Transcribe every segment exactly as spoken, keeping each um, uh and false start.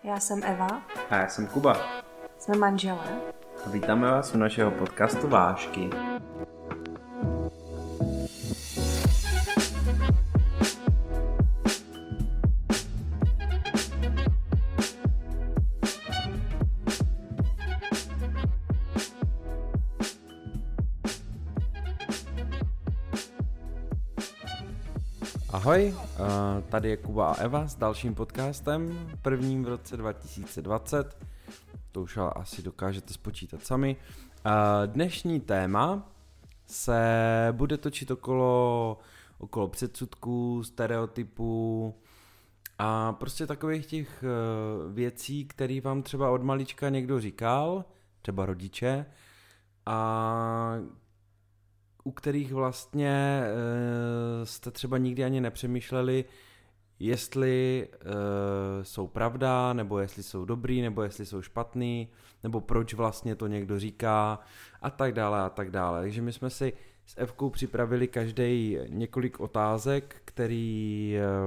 Já jsem Eva. A já jsem Kuba. Jsme manželé. A vítáme vás u našeho podcastu Vážky. Ahoj, tady je Kuba a Eva s dalším podcastem, prvním v roce dva tisíce dvacet, to už asi dokážete spočítat sami. Dnešní téma se bude točit okolo, okolo předsudků, stereotypů a prostě takových těch věcí, které vám třeba od malička někdo říkal, třeba rodiče, a u kterých vlastně e, jste třeba nikdy ani nepřemýšleli, jestli e, jsou pravda, nebo jestli jsou dobrý, nebo jestli jsou špatný, nebo proč vlastně to někdo říká a tak dále a tak dále. Takže my jsme si s Evkou připravili každý několik otázek, který, e,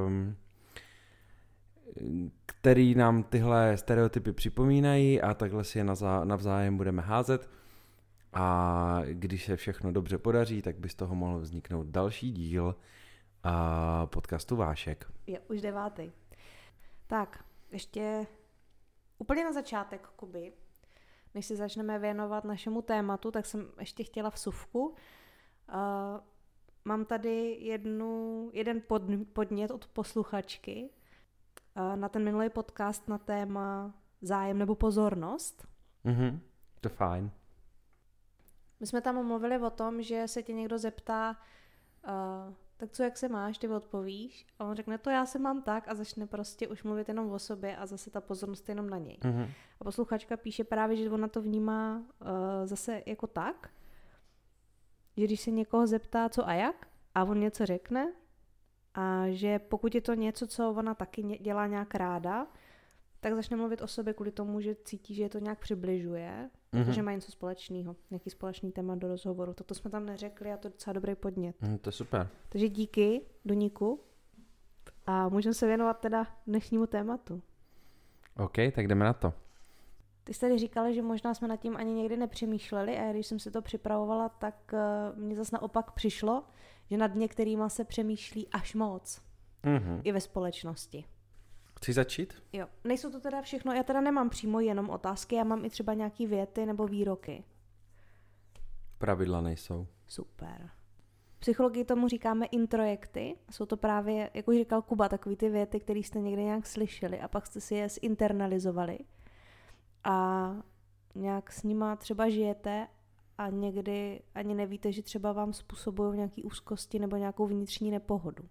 který nám tyhle stereotypy připomínají a takhle si je navzájem budeme házet. A když se všechno dobře podaří, tak by z toho mohl vzniknout další díl a podcastu Vášek. Je už devátý. Tak, ještě úplně na začátek, Kuby, než se začneme věnovat našemu tématu, tak jsem ještě chtěla vsuvku. Uh, mám tady jednu, jeden pod, podnět od posluchačky uh, na ten minulý podcast na téma zájem nebo pozornost. Mhm, to fajn. My jsme tam mluvili o tom, že se tě někdo zeptá, uh, tak co, jak se máš, ty odpovíš, a on řekne, to já se mám tak, a začne prostě už mluvit jenom o sobě a zase ta pozornost jenom na něj. Mm-hmm. A posluchačka píše právě, že ona to vnímá uh, zase jako tak, že když se někoho zeptá co a jak, a on něco řekne, a že pokud je to něco, co ona taky dělá nějak ráda, tak začne mluvit o sobě kvůli tomu, že cítí, že je to nějak přibližuje, mm-hmm. protože má něco společného, nějaký společný téma do rozhovoru. Toto jsme tam neřekli a to je docela dobrý podnět. Mm, to je super. Takže díky, Doníku. A můžeme se věnovat teda dnešnímu tématu. OK, tak jdeme na to. Ty jsi tady říkala, že možná jsme nad tím ani někdy nepřemýšleli, a když jsem si to připravovala, tak uh, mně zase naopak přišlo, že nad některýma se přemýšlí až moc. Mm-hmm. I ve společnosti. Chci začít? Jo, nejsou to teda všechno, já teda nemám přímo jenom otázky, já mám i třeba nějaký věty nebo výroky. Pravidla nejsou. Super. V psychologii tomu říkáme introjekty, jsou to právě, jak už říkal Kuba, takový ty věty, které jste někde nějak slyšeli a pak jste si je zinternalizovali a nějak s nima třeba žijete a někdy ani nevíte, že třeba vám způsobují nějaký úzkosti nebo nějakou vnitřní nepohodu.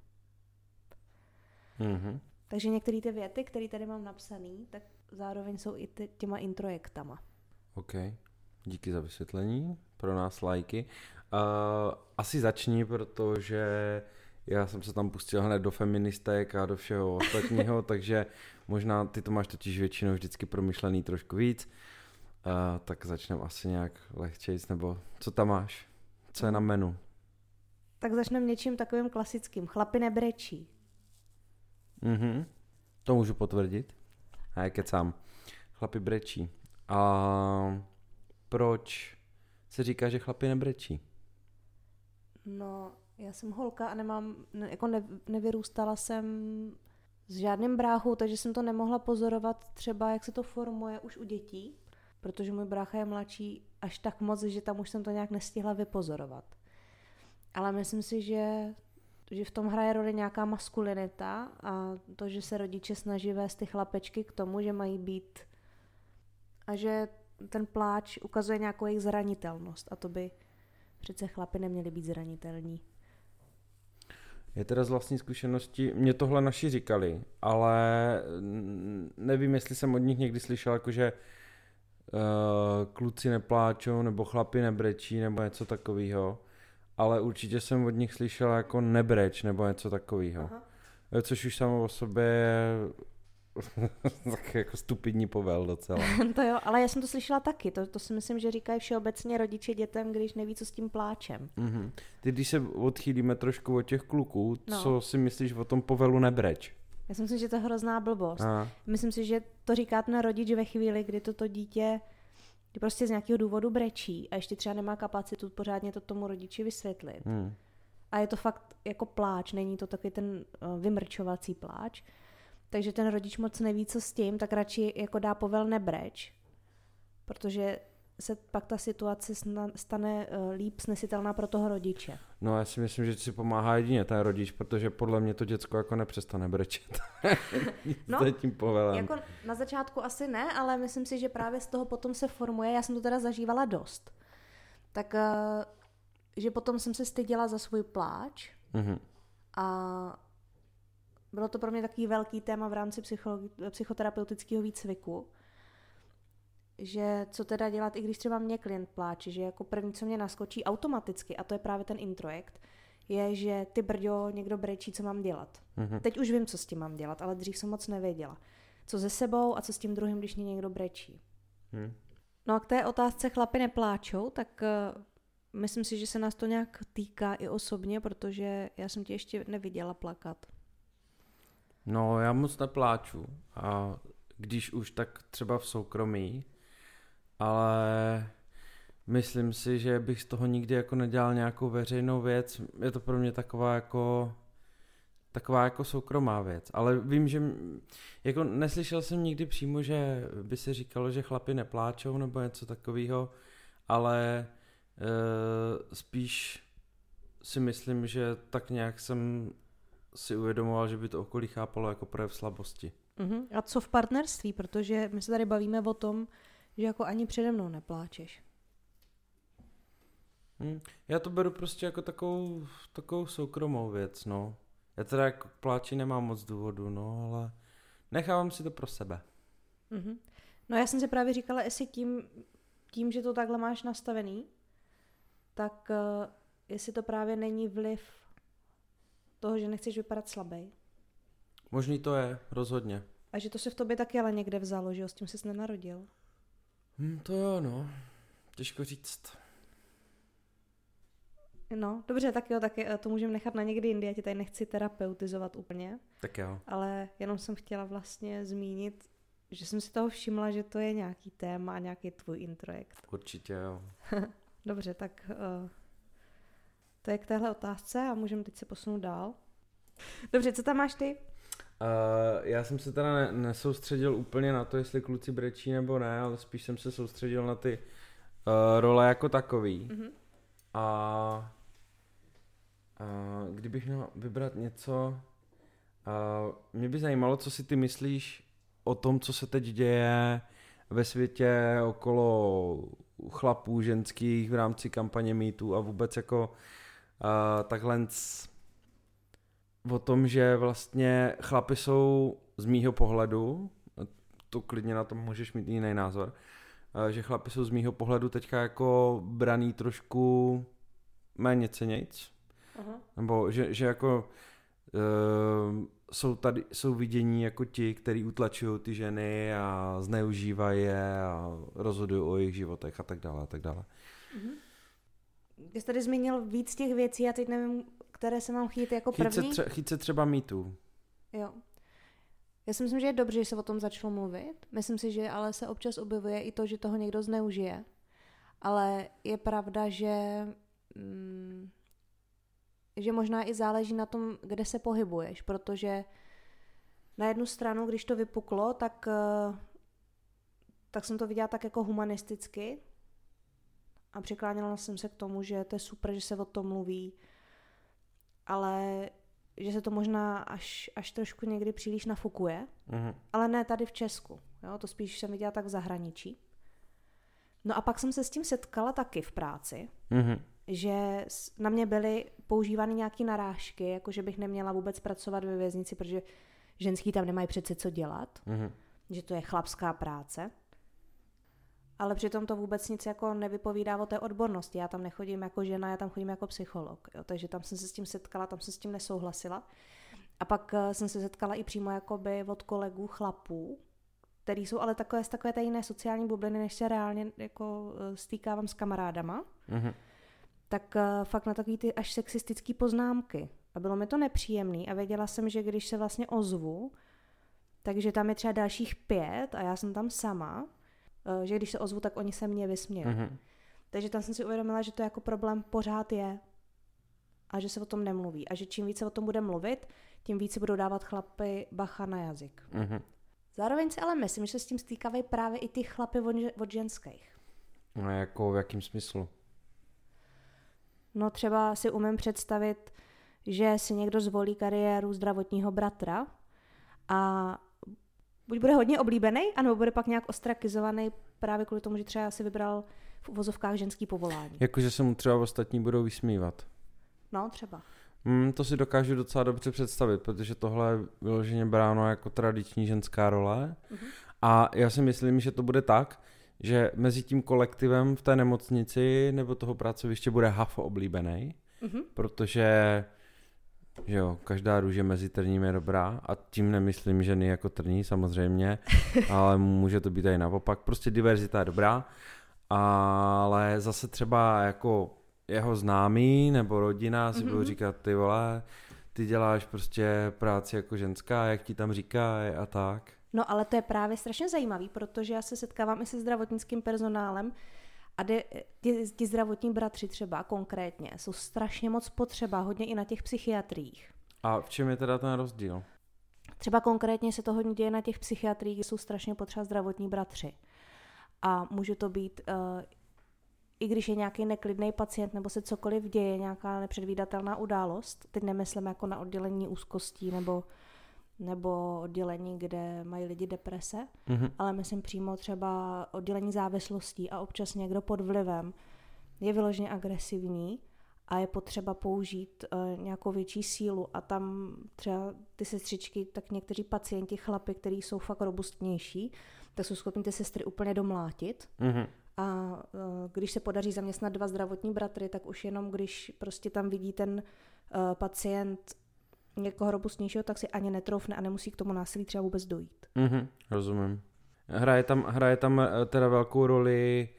Mhm. Takže některé ty věty, které tady mám napsané, tak zároveň jsou i těma introjektama. OK, díky za vysvětlení, pro nás lajky. Uh, asi začni, protože já jsem se tam pustil hned do feministek a do všeho ostatního, takže možná ty to máš totiž většinou vždycky promyšlený trošku víc, uh, tak začneme asi nějak lehčejc, nebo co tam máš? Co je na menu? Tak začneme něčím takovým klasickým. Chlapi nebrečí. Mhm, to můžu potvrdit. A já kecám. Chlapi brečí. A proč se říká, že chlapi nebrečí? No, já jsem holka a nemám, ne, jako ne, nevyrůstala jsem s žádným bráchou, takže jsem to nemohla pozorovat třeba, jak se to formuje už u dětí, protože můj brácha je mladší až tak moc, že tam už jsem to nějak nestihla vypozorovat. Ale myslím si, že že v tom hraje roli nějaká maskulinita a to, že se rodiče snaží vést ty chlapečky k tomu, že mají být a že ten pláč ukazuje nějakou jejich zranitelnost a to by přece chlapi neměli být zranitelní. Je teda z vlastní zkušenosti, mě tohle naši říkali, ale nevím, jestli jsem od nich někdy slyšel, jakože uh, kluci nepláčou nebo chlapi nebrečí nebo něco takového. Ale určitě jsem od nich slyšel jako nebreč nebo něco takového. Což už samo o sobě je tak jako stupidní povel docela. To jo, ale já jsem to slyšela taky. To, to si myslím, že říkají všeobecně rodiče dětem, když neví, co s tím pláčem. Mm-hmm. Ty, když se odchýlíme trošku od těch kluků, no. Co si myslíš o tom povelu nebreč? Já si myslím, že to je hrozná blbost. A. Myslím si, že to říká ten rodič ve chvíli, kdy toto dítě prostě z nějakého důvodu brečí a ještě třeba nemá kapacitu pořádně to tomu rodiči vysvětlit. Hmm. A je to fakt jako pláč, není to takový ten uh, vymrčovací pláč. Takže ten rodič moc neví, co s tím, tak radši jako dá povel nebreč, protože se pak ta situace stane uh, líp snesitelná pro toho rodiče. No já si myslím, že si pomáhá jedině ten rodič, protože podle mě to děcko jako nepřestane brečet. No, tím povelem. Jako na začátku asi ne, ale myslím si, že právě z toho potom se formuje, já jsem to teda zažívala dost, tak uh, že potom jsem se styděla za svůj pláč mm-hmm. a bylo to pro mě takový velký téma v rámci psychologi- psychoterapeutického výcviku, že co teda dělat, i když třeba mě klient pláče, že jako první, co mě naskočí automaticky, a to je právě ten introjekt, je, že ty brďo, někdo brečí, co mám dělat. Mm-hmm. Teď už vím, co s tím mám dělat, ale dřív jsem moc nevěděla. Co se sebou a co s tím druhým, když mě někdo brečí. Mm. No a k té otázce chlapi nepláčou, tak uh, myslím si, že se nás to nějak týká i osobně, protože já jsem tě ještě neviděla plakat. No, já moc nepláču. A když už, tak třeba v soukromí. Ale myslím si, že bych z toho nikdy jako nedělal nějakou veřejnou věc. Je to pro mě taková jako taková jako soukromá věc. Ale vím, že jako neslyšel jsem nikdy přímo, že by se říkalo, že chlapi nepláčou nebo něco takového, ale e, spíš si myslím, že tak nějak jsem si uvědomoval, že by to okolí chápalo jako projev slabosti. Uh-huh. A co v partnerství? Protože my se tady bavíme o tom, že jako ani přede mnou nepláčeš. Hmm. Já to beru prostě jako takovou, takovou soukromou věc, no. Já teda jako pláči nemám moc důvodu, no, ale nechávám si to pro sebe. Uh-huh. No já jsem si právě říkala, jestli tím, tím, že to takhle máš nastavený, tak uh, jestli to právě není vliv toho, že nechceš vypadat slabý. Možný to je, rozhodně. A že to se v tobě taky ale někde vzalo, že jo, s tím jsi nenarodil. Hmm, to jo, no. Těžko říct. No, dobře, tak jo, tak to můžeme nechat na někdy jindy, já tě tady nechci terapeutizovat úplně. Tak jo. Ale jenom jsem chtěla vlastně zmínit, že jsem si toho všimla, že to je nějaký téma a nějaký tvůj introjekt. Určitě jo. Dobře, tak uh, to je k téhle otázce a můžeme teď se posunout dál. Dobře, co tam máš ty? Uh, já jsem se teda ne- nesoustředil úplně na to, jestli kluci brečí nebo ne, ale spíš jsem se soustředil na ty uh, role jako takový. Mm-hmm. A, a kdybych měl vybrat něco, uh, mě by zajímalo, co si ty myslíš o tom, co se teď děje ve světě okolo chlapů, ženských v rámci kampaně MeToo a vůbec jako uh, takhle o tom, že vlastně chlapi jsou z mýho pohledu, to klidně na tom můžeš mít jiný názor, že chlapi jsou z mýho pohledu teďka jako braný trošku méně cenějc, uh-huh. nebo že, že jako uh, jsou tady, jsou vidění jako ti, kteří utlačují ty ženy a zneužívají je a rozhodují o jejich životech a tak dále a tak dále. Uh-huh. Ty jsi tady zmínil víc těch věcí, já teď nevím, které se mám chytit jako první. Chyt se, tře- chyt se třeba MeToo. Jo. Já si myslím, že je dobře, že se o tom začalo mluvit. Myslím si, že ale se občas objevuje i to, že toho někdo zneužije. Ale je pravda, že, mm, že možná i záleží na tom, kde se pohybuješ, protože na jednu stranu, když to vypuklo, tak, tak jsem to viděla tak jako humanisticky a přikláněla jsem se k tomu, že to je super, že se o tom mluví, ale že se to možná až, až trošku někdy příliš nafukuje, mm-hmm. ale ne tady v Česku. Jo? To spíš jsem viděla tak v zahraničí. No a pak jsem se s tím setkala taky v práci, mm-hmm. že na mě byly používány nějaké narážky, jako že bych neměla vůbec pracovat ve věznici, protože ženský tam nemají přece co dělat, mm-hmm. že to je chlapská práce. Ale přitom to vůbec nic jako nevypovídá o té odbornosti. Já tam nechodím jako žena, já tam chodím jako psycholog. Jo? Takže tam jsem se s tím setkala, tam jsem s tím nesouhlasila. A pak uh, jsem se setkala i přímo jakoby od kolegů chlapů, který jsou ale takové z takové té jiné sociální bubliny, než se reálně jako uh, stýkávám s kamarádama. Mm-hmm. Tak uh, fakt na takový ty až sexistický poznámky. A bylo mi to nepříjemný a věděla jsem, že když se vlastně ozvu, takže tam je třeba dalších pět a já jsem tam sama, že když se ozvu, tak oni se mě vysmějí. Mm-hmm. Takže tam jsem si uvědomila, že to jako problém pořád je a že se o tom nemluví. A že čím více o tom bude mluvit, tím více budou dávat chlapy bacha na jazyk. Mm-hmm. Zároveň si ale myslím, že se s tím stýkávají právě i ty chlapy od, od ženských. No jako v jakém smyslu? No třeba si umím představit, že si někdo zvolí kariéru zdravotního bratra a buď bude hodně oblíbený, anebo bude pak nějak ostrakizovaný právě kvůli tomu, že třeba si vybral v uvozovkách ženský povolání. Jakože se mu třeba ostatní budou vysmívat. No, třeba. Mm, to si dokážu docela dobře představit, protože tohle je vyloženě bráno jako tradiční ženská role. Mm-hmm. A já si myslím, že to bude tak, že mezi tím kolektivem v té nemocnici nebo toho pracoviště bude hafo oblíbený, mm-hmm. protože že jo, každá růže mezi trním je dobrá a tím nemyslím ženy jako trní samozřejmě, ale může to být i naopak. Prostě diverzita je dobrá, ale zase třeba jako jeho známý nebo rodina si mm-hmm. budou říkat, ty vole, ty děláš prostě práci jako ženská, jak ti tam říkají a tak. No ale to je právě strašně zajímavý, protože já se setkávám i se zdravotnickým personálem a de, ti, ti zdravotní bratři třeba konkrétně jsou strašně moc potřeba, hodně i na těch psychiatriích. A v čem je teda ten rozdíl? Třeba konkrétně se to hodně děje na těch psychiatriích, jsou strašně potřeba zdravotní bratři. A může to být, uh, i když je nějaký neklidný pacient nebo se cokoliv děje, nějaká nepředvídatelná událost, teď nemyslím jako na oddělení úzkostí nebo nebo oddělení, kde mají lidi deprese, mm-hmm. ale myslím přímo třeba oddělení závislostí a občas někdo pod vlivem je vyloženě agresivní a je potřeba použít uh, nějakou větší sílu a tam třeba ty sestřičky, tak někteří pacienti, chlapi, kteří jsou fakt robustnější, tak jsou schopni ty sestry úplně domlátit. Mm-hmm. A uh, když se podaří zaměstnat dva zdravotní bratry, tak už jenom když prostě tam vidí ten uh, pacient někoho robustnějšího, tak si ani netroufne a nemusí k tomu násilí třeba vůbec dojít. Mm-hmm, rozumím. Hraje tam, hraje tam teda velkou roli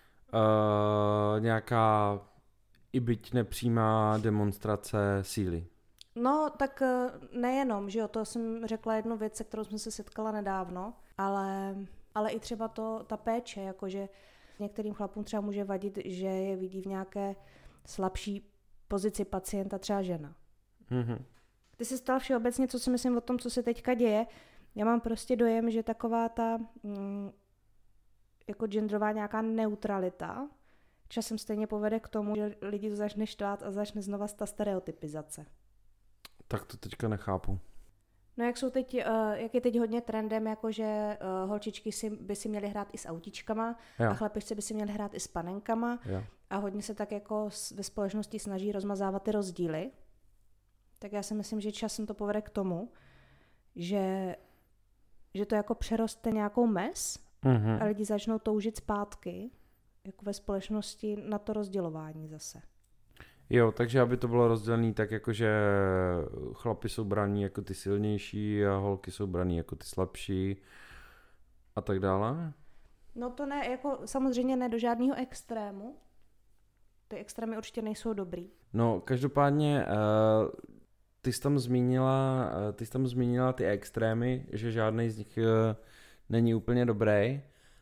uh, nějaká i byť nepřímá demonstrace síly. No, tak nejenom, že jo, to jsem řekla jednu věc, se kterou jsem se setkala nedávno, ale, ale i třeba to, ta péče, jakože některým chlapům třeba může vadit, že je vidí v nějaké slabší pozici pacienta třeba žena. Mm-hmm. Ty jsi stal všeobecně, co si myslím o tom, co se teďka děje. Já mám prostě dojem, že taková ta mm, jako genderová nějaká neutralita časem stejně povede k tomu, že lidi to začne štvát a začne znova ta stereotypizace. Tak to teďka nechápu. No jak jsou teď, uh, jak je teď hodně trendem, jakože uh, holčičky si, by si měly hrát i s autíčkama jo. a chlapičci by si měli hrát i s panenkama jo. a hodně se tak jako ve společnosti snaží rozmazávat ty rozdíly. Tak já si myslím, že časem to povede k tomu, že, že to jako přeroste nějakou mez mm-hmm. a lidi začnou toužit zpátky jako ve společnosti na to rozdělování zase. Jo, takže aby to bylo rozdělené tak jako, že chlapi jsou braní jako ty silnější a holky jsou braní jako ty slabší a tak dále? No to ne, jako samozřejmě ne do žádného extrému. Ty extrémy určitě nejsou dobrý. No, každopádně uh, ty jsi tam zmínila, uh, ty jsi tam zmínila ty extrémy, že žádný z nich uh, není úplně dobrý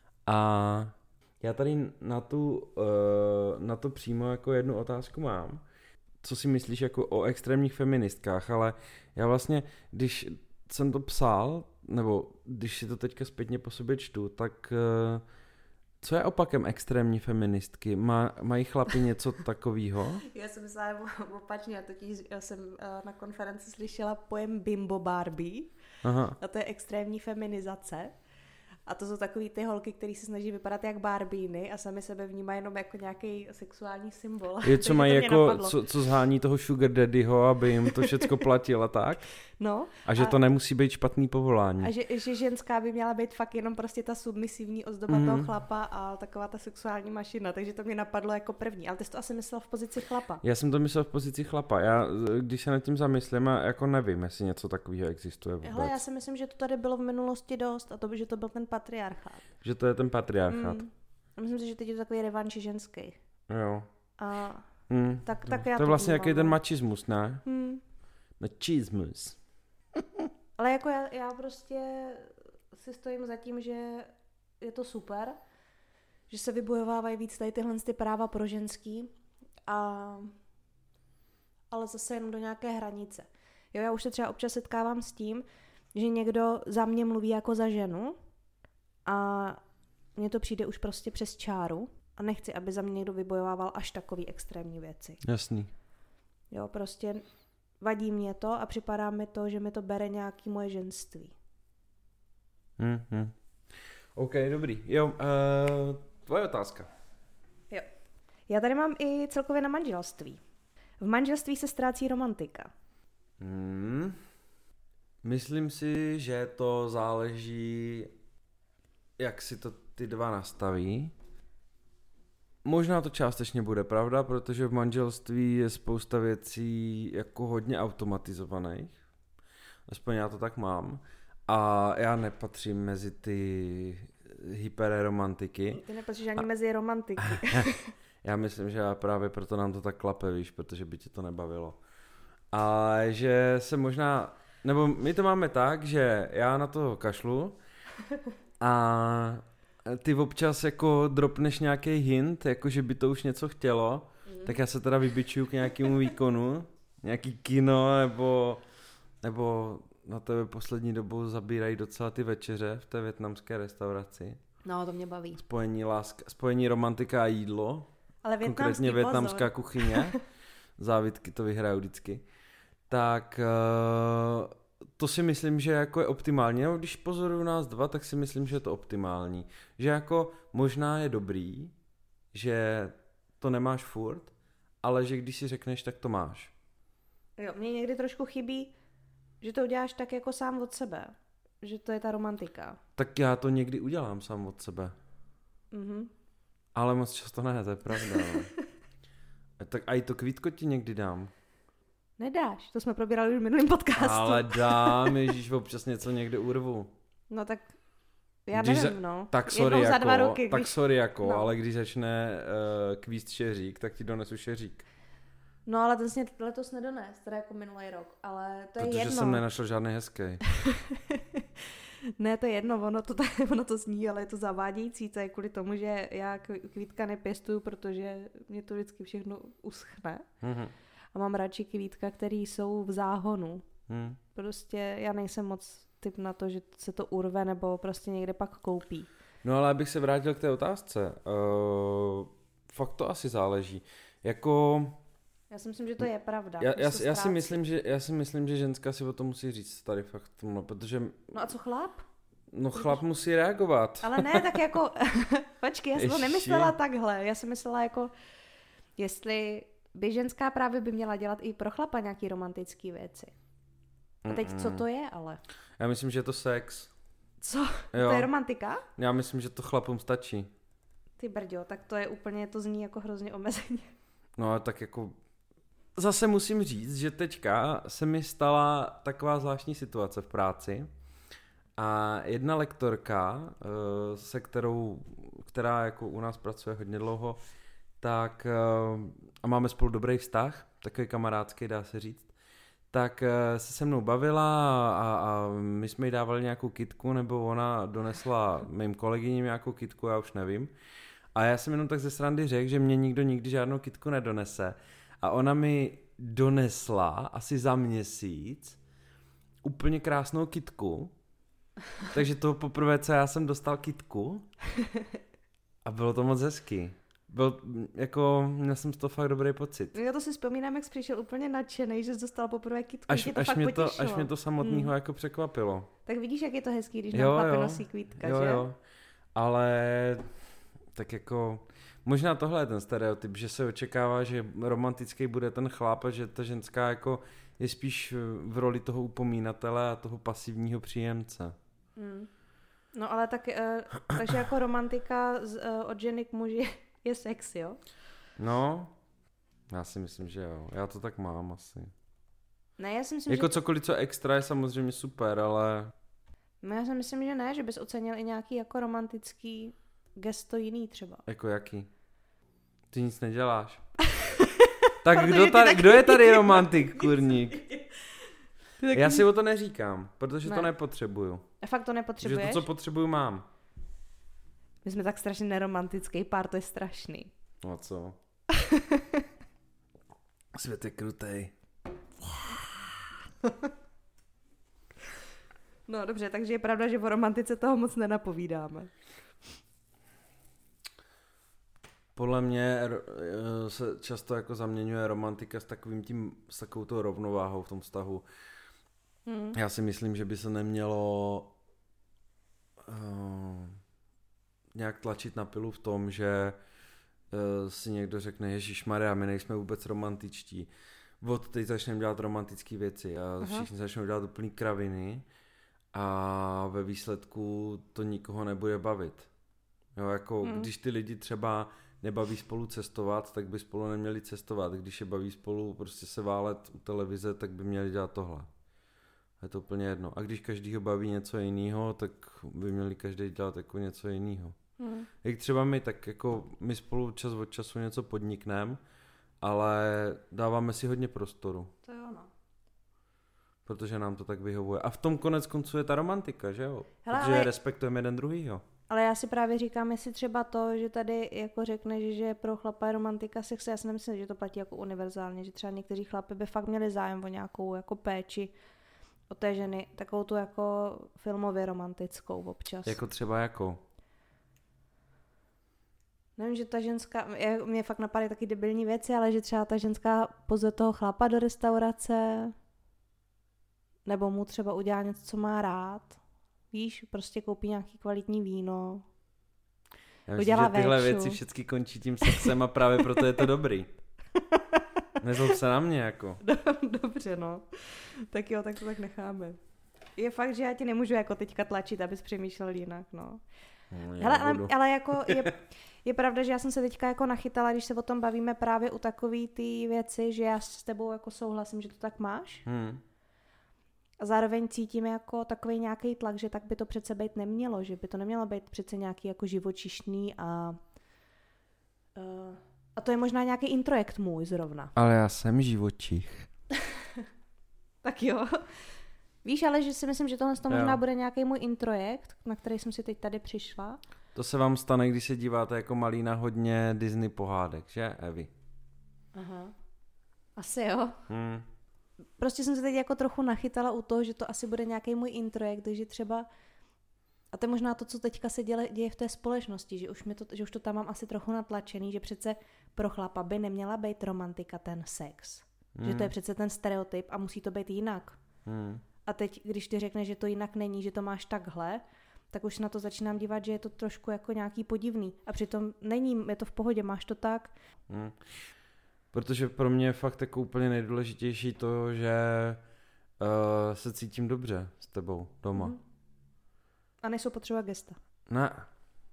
a já tady na, tu, uh, na to přímo jako jednu otázku mám. Co si myslíš jako o extrémních feministkách, ale já vlastně, když jsem to psal, nebo když si to teďka zpětně po sobě čtu, tak uh, co je opakem extrémní feministky? Má, mají chlapi něco takového? Já jsem myslela opačně, já totiž já jsem uh, na konferenci slyšela pojem Bimbo Barbie. Aha. A to je extrémní feminizace. A to jsou takový ty holky, které se snaží vypadat jak Barbíny a sami sebe vnímají jenom jako nějaký sexuální symbol. Je, co mají jako, co, co zhání toho sugar daddyho, aby jim to všecko platilo, tak? No. A že a, to nemusí být špatný povolání. A že, že ženská by měla být fakt jenom prostě ta submisivní ozdoba mm. toho chlapa a taková ta sexuální mašina, takže to mě napadlo jako první. Ale ty jsi to asi myslel v pozici chlapa. Já jsem to myslel v pozici chlapa. Já, když se nad tím zamyslím, jako nevím, jestli něco takového existuje vůbec. Hele, já si myslím, že to tady bylo v minulosti dost a to by, že to byl ten patriarchát. Že to je ten patriarchát. Mm. Myslím si, že teď je to takový revanši ženský. Jo. A mm. tak, tak já to je vlastně jaký ten machismus, ne? Mm. Machismus. Ale jako já, já prostě si stojím za tím, že je to super, že se vybojovávají víc tady tyhle ty práva pro ženský, a, ale zase jenom do nějaké hranice. Jo, já už se třeba občas setkávám s tím, že někdo za mě mluví jako za ženu a mně to přijde už prostě přes čáru a nechci, aby za mě někdo vybojovával až takový extrémní věci. Jasný. Jo, prostě vadí mě to a připadá mi to, že mi to bere nějaký moje ženství. Mm-hmm. OK, dobrý. Jo, uh, tvoje otázka. Jo. Já tady mám i celkově na manželství. V manželství se ztrácí romantika. Hmm. Myslím si, že to záleží, jak si to ty dva nastaví. Možná to částečně bude pravda, protože v manželství je spousta věcí jako hodně automatizovaných. Aspoň já to tak mám. A já nepatřím mezi ty hyperromantiky. Ty nepatříš ani a... mezi romantiky. Já myslím, že právě proto nám to tak klape, víš, protože by tě to nebavilo. A že se možná, nebo my to máme tak, že já na to kašlu a ty občas jako dropneš nějaký hint, jako že by to už něco chtělo, mm. tak já se teda vybičuju k nějakému výkonu, nějaký kino, nebo, nebo na tebe poslední dobou zabírají docela ty večeře v té vietnamské restauraci. No, to mě baví. Spojení láska, spojení romantika a jídlo. Ale konkrétně vietnamská kuchyně. Závitky to vyhrajou vždycky. Tak uh, to si myslím, že jako je optimální. No, když pozoruju nás dva, tak si myslím, že je to optimální. Že jako možná je dobrý, že to nemáš furt, ale že když si řekneš, tak to máš. Jo, mně někdy trošku chybí, že to uděláš tak jako sám od sebe. Že to je ta romantika. Tak já to někdy udělám sám od sebe. Mhm. Ale moc často ne, to je pravda. Tak a i to kvítko ti někdy dám. Nedáš, to jsme probírali už v minulém podcastu. Ale dám, ježíš, občas něco někde urvu. No tak, já když nevím, no. Tak sorry Jednou jako, za dva roky, tak když... sorry jako, no. ale když začne uh, kvíst šeřík, tak ti donesu šeřík. No ale ten jsi letos nedones, teda jako minulý rok, ale to je Protože jedno. Protože jsem nenašel žádný hezký. Ne, to je jedno, ono to, ono to zní, ale je to zavádějící, to je kvůli tomu, že já kvítka nepěstuju, protože mě to vždycky všechno uschne. Mm-hmm. A mám radši kvítka, které jsou v záhonu. Mm. Prostě já nejsem moc typ na to, že se to urve nebo prostě někde pak koupí. No ale abych se vrátil k té otázce. Uh, fakt to asi záleží. Jako... Já si myslím, že to je pravda. Já, já, já, si myslím, že, já si myslím, že ženská si o tom musí říct tady fakt tomhle, protože... No a co chlap? No chlap musí reagovat. Ale ne, tak jako... Počkej, já jsem to nemyslela takhle. Já jsem myslela jako... Jestli by ženská právě by měla dělat i pro chlapa nějaký romantický věci. A teď co to je ale? Já myslím, že je to sex. Co? Jo. To je romantika? Já myslím, že to chlapům stačí. Ty brďo, tak to je úplně, to zní jako hrozně omezeně. No tak jako... Zase musím říct, že teďka se mi stala taková zvláštní situace v práci a jedna lektorka, se kterou, která jako u nás pracuje hodně dlouho, tak a máme spolu dobrý vztah, takový kamarádský, dá se říct, tak se se mnou bavila a, a my jsme jí dávali nějakou kytku, nebo ona donesla mým kolegyním nějakou kytku, já už nevím. A já jsem jenom tak ze srandy řekl, že mě nikdo nikdy žádnou kytku nedonese. A ona mi donesla asi za měsíc úplně krásnou kytku. Takže to poprvé, co já jsem dostal kytku. A bylo to moc hezký. Byl, jako, měl jsem z toho fakt dobrý pocit. Já to si vzpomínám, jak jsi přišel úplně nadšený, že jsi dostal poprvé kytku. Až, to až, fakt mě, to, potěšilo. až mě to samotného hmm. jako překvapilo. Tak vidíš, jak je to hezký, když jo, nám chlapi jo. nosí kvítka, jo, že? Jo. Ale tak jako... Možná tohle je ten stereotyp, že se očekává, že romantický bude ten chlap a že ta ženská jako je spíš v roli toho upomínatele a toho pasivního příjemce. Hmm. No ale tak, uh, takže jako romantika z, uh, od ženy k muži je sex, jo? No, já si myslím, že jo. Já to tak mám asi. Ne, já si myslím, jako že... cokoliv, co extra je samozřejmě super, ale... No já si myslím, že ne, že bys ocenil i nějaký jako romantický gesto jiný třeba. Jako jaký? Ty nic neděláš. Tak kdo, tady, kdo je tady romantik, kurník? Já si o to neříkám, protože ne. to nepotřebuju. A fakt to nepotřebuješ? Že to, co potřebuju, mám. My jsme tak strašně neromantický pár, to je strašný. No co? Svět je krutej. No dobře, takže je pravda, že o romantice toho moc nenapovídáme. Podle mě se často jako zaměňuje romantika s takovým tím, s takovou tou rovnováhou v tom vztahu. Hmm. Já si myslím, že by se nemělo uh, nějak tlačit na pilu v tom, že uh, si někdo řekne, ježišmarja, my nejsme vůbec romantičtí. Od teď začneme dělat romantické věci a Aha. všichni začnou dělat úplný kraviny a ve výsledku to nikoho nebude bavit. Jo, jako hmm. když ty lidi třeba nebaví spolu cestovat, tak by spolu neměli cestovat. Když je baví spolu prostě se válet u televize, tak by měli dělat tohle. Je to úplně jedno. A když každýho baví něco jiného, tak by měli každý dělat jako něco jiného. Hmm. Jak třeba my, tak jako my spolu čas od času něco podnikneme, ale dáváme si hodně prostoru. To jo, no. Protože nám to tak vyhovuje. A v tom konec konců je ta romantika, že jo? Hele, protože ale... respektujeme jeden druhýho. Ale já si právě říkám, jestli třeba to, že tady jako řekneš, že pro chlapa je romantika sex, já si nemyslím, že to platí jako univerzálně, že třeba někteří chlapi by fakt měli zájem o nějakou jako péči o té ženy, takovou tu jako filmově romantickou občas. Jako třeba jakou? Nevím, že ta ženská, mě fakt napadají taky debilní věci, ale že třeba ta ženská pozve toho chlapa do restaurace, nebo mu třeba udělá něco, co má rád. Víš, prostě koupí nějaký kvalitní víno. Já myslím, že tyhle véču. věci všechny končí tím sexem a právě proto je to dobrý. Nezlob se na mě jako. Dobře, no. Tak jo, tak to tak necháme. Je fakt, že já ti nemůžu jako teďka tlačit, abys přemýšlel jinak, no. no Hele, ale, ale jako je, je pravda, že já jsem se teďka jako nachytala, když se o tom bavíme právě u takový ty věci, že já s tebou jako souhlasím, že to tak máš. Hmm. A zároveň cítím jako takový nějaký tlak, že tak by to přece být nemělo, že by to nemělo být přece nějaký jako živočišný a uh, a to je možná nějaký introjekt můj zrovna. Ale já jsem živočich. Tak jo. Víš, ale že si myslím, že tohle to možná jo. bude nějaký můj introjekt, na který jsem si teď tady přišla. To se vám stane, když se díváte jako malý na hodně Disney pohádek, že, Evi? Aha. Asi jo. Hmm. Prostě jsem se teď jako trochu nachytala u toho, že to asi bude nějaký můj introjekt, takže třeba, a to je možná to, co teďka se děle, děje v té společnosti, že už, mi to, že už to tam mám asi trochu natlačený, že přece pro chlapa by neměla být romantika ten sex. Hmm. Že to je přece ten stereotyp a musí to být jinak. Hmm. A teď, když ty řekneš, že to jinak není, že to máš takhle, tak už na to začínám dívat, že je to trošku jako nějaký podivný. A přitom není, je to v pohodě, máš to tak. Hmm. Protože pro mě je fakt jako úplně nejdůležitější to, že uh, se cítím dobře s tebou doma. Mm. A nejsou potřeba gesta. Ne.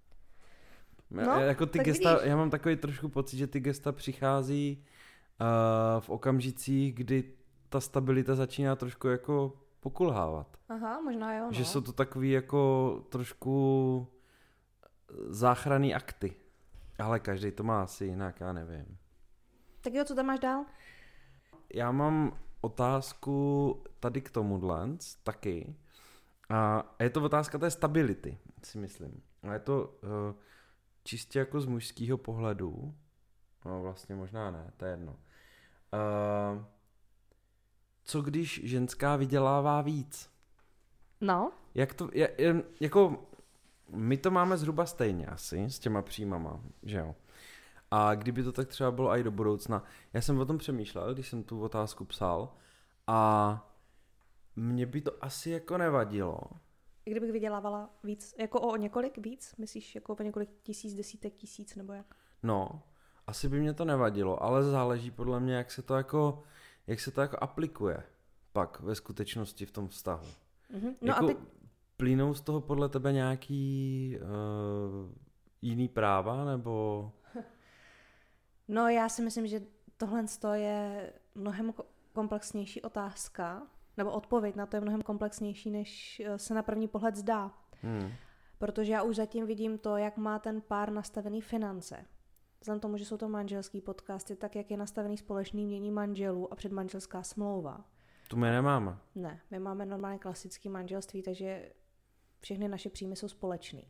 No, jako ty gesta, vidíš. Já mám takový trošku pocit, že ty gesta přichází uh, v okamžicích, kdy ta stabilita začíná trošku jako pokulhávat. Aha, možná jo, no. Že jsou to takový jako trošku záchranný akty. Ale každý to má asi jinak, já nevím. Tak jo, co tam máš dál? Já mám otázku tady k tomuhle taky. A je to otázka té stability, si myslím. A je to uh, čistě jako z mužského pohledu. No vlastně možná ne, to je jedno. Uh, co když ženská vydělává víc? No. Jak to, je, je, jako my to máme zhruba stejně asi s těma příjmama, že jo? A kdyby to tak třeba bylo i do budoucna. Já jsem o tom přemýšlel, když jsem tu otázku psal a mně by to asi jako nevadilo. Kdybych vydělávala víc, jako o několik víc? Myslíš jako o několik tisíc, desítek tisíc nebo jak? No, asi by mě to nevadilo, ale záleží podle mě, jak se to jako, jak se to jako aplikuje pak ve skutečnosti v tom vztahu. Mm-hmm. No jako a teď... Plynou z toho podle tebe nějaký uh, jiný práva, nebo... No já si myslím, že tohle je mnohem komplexnější otázka, nebo odpověď na to je mnohem komplexnější, než se na první pohled zdá. Hmm. Protože já už zatím vidím to, jak má ten pár nastavený finance. Vzhledem tomu, že jsou to manželský podcasty, tak jak je nastavený společný mění manželů a předmanželská smlouva. Tu my nemáme. Ne, my máme normálně klasické manželství, takže všechny naše příjmy jsou společný.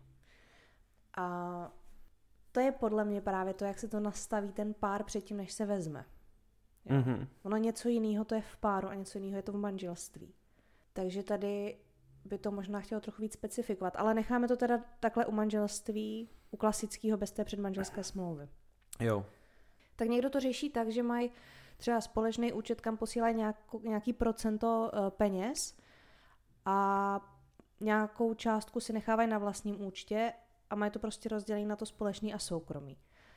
A to je podle mě právě to, jak se to nastaví ten pár předtím, než se vezme. Jo? Mm-hmm. Ono něco jiného to je v páru a něco jiného je to v manželství. Takže tady by to možná chtělo trochu víc specifikovat, ale necháme to teda takhle u manželství, u klasického bez té předmanželské smlouvy. Jo. Tak někdo to řeší tak, že mají třeba společný účet, kam posílají nějakou, nějaký procento uh, peněz a nějakou částku si nechávají na vlastním účtě a mají to prostě rozdělené na to společný a soukromý.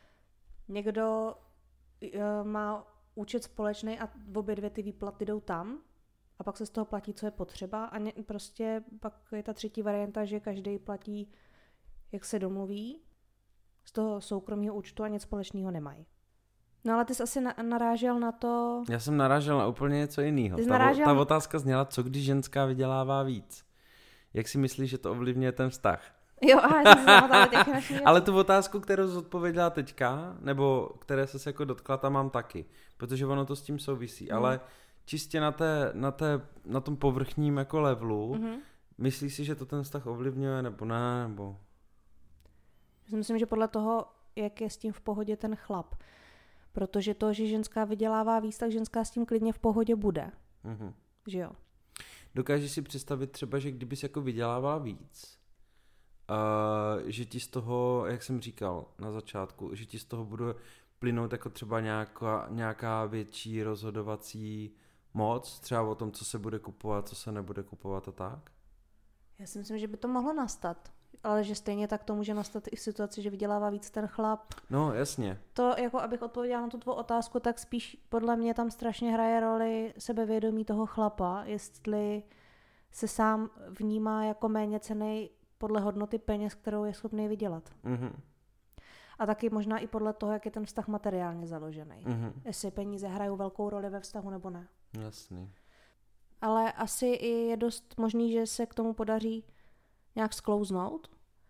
Někdo uh, má účet společný a obě dvě ty výplaty jdou tam a pak se z toho platí, co je potřeba a ně, prostě pak je ta třetí varianta, že každý platí, jak se domluví z toho soukromého účtu a nic společného nemají. No ale ty jsi asi na, narážel na to... Já jsem narážel na úplně něco jiného. Ta, narážel... ta otázka zněla, co když ženská vydělává víc? Jak si myslíš, že to ovlivňuje ten vztah? Jo, aha, já jsem zaмотala těch naší Ale tu otázku, kterou zodpověděla teďka, nebo které se jako dotkla, tam mám taky. Protože ono to s tím souvisí. Hmm. Ale čistě na, té, na, té, na tom povrchním jako levelu, mm-hmm. myslíš si, že to ten vztah ovlivňuje, nebo ne? Nebo... Já si myslím, že podle toho, jak je s tím v pohodě ten chlap. Protože to, že ženská vydělává víc, tak ženská s tím klidně v pohodě bude. Mm-hmm. Že jo? Dokážeš si představit třeba, že kdybys jako vydělávala víc, uh, že ti z toho, jak jsem říkal na začátku, že ti z toho bude plynout jako třeba nějaká, nějaká větší rozhodovací moc, třeba o tom, co se bude kupovat, co se nebude kupovat a tak? Já si myslím, že by to mohlo nastat. Ale že stejně tak to může nastat i v situaci, že vydělává víc ten chlap. No, jasně. To, jako abych odpověděla na tu tvou otázku, tak spíš podle mě tam strašně hraje roli sebevědomí toho chlapa, jestli se sám vnímá jako méněcenný podle hodnoty peněz, kterou je schopný vydělat. Mm-hmm. A taky možná i podle toho, jak je ten vztah materiálně založený. Mm-hmm. Jestli peníze hrajou velkou roli ve vztahu nebo ne. Jasný. Ale asi i je dost možný, že se k tomu podaří nějak sklouznout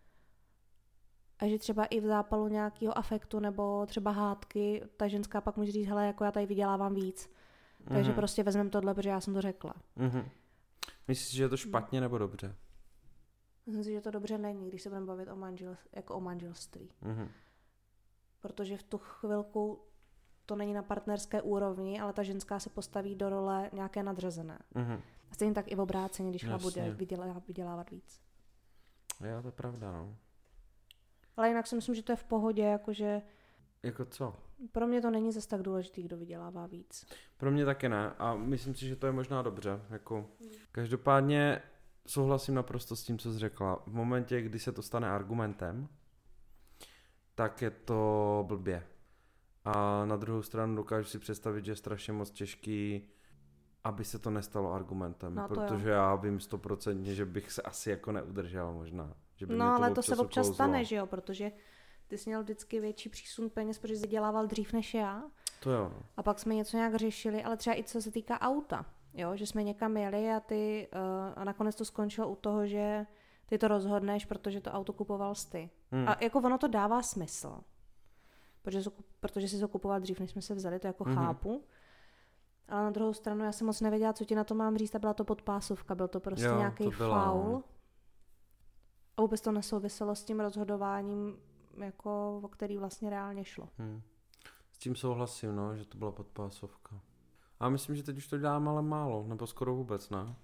a že třeba i v zápalu nějakého afektu nebo třeba hádky ta ženská pak může říct, hele, jako já tady vydělávám víc. Mm-hmm. Takže prostě vezmeme tohle, protože já jsem to řekla. Mm-hmm. Myslíš, že je to špatně nebo dobře? Myslím si, že to dobře není, když se budeme bavit o manžel, jako o manželství. Mm-hmm. Protože v tu chvilku to není na partnerské úrovni, ale ta ženská se postaví do role nějaké nadřazené. Mm-hmm. A stejně tak i v obráceně, když chlap bude vydělávat, vydělávat víc. Jo, to je pravda, no. Ale jinak si myslím, že to je v pohodě, jakože... Jako co? Pro mě to není zase tak důležitý, kdo vydělává víc. Pro mě taky ne a myslím si, že to je možná dobře. Jako... Hmm. Každopádně souhlasím naprosto s tím, co jsi řekla. V momentě, kdy se to stane argumentem, tak je to blbě. A na druhou stranu dokážu si představit, že je strašně moc těžký, aby se to nestalo argumentem, no, protože jo. Já vím stoprocentně, že bych se asi jako neudržel možná. Že by no to ale to se občas uklouzlo. Stane, že jo, protože ty jsi měl vždycky větší přísun peněz, protože jsi dělával dřív než já. To jo. No. A pak jsme něco nějak řešili, ale třeba i co se týká auta, jo, že jsme někam jeli a ty uh, a nakonec to skončilo u toho, že ty to rozhodneš, protože to auto kupoval jsi ty. Hmm. A jako ono to dává smysl, protože, protože jsi to kupoval dřív, než jsme se vzali, to jako hmm. chápu. Ale na druhou stranu já jsem moc nevěděla, co ti na to mám říct a byla to podpásovka, byl to prostě jo, nějaký to faul. A vůbec to nesouviselo s tím rozhodováním, jako, o který vlastně reálně šlo. Hmm. S tím souhlasím, no, že to byla podpásovka. A myslím, že teď už to dělám ale málo, nebo skoro vůbec, ne?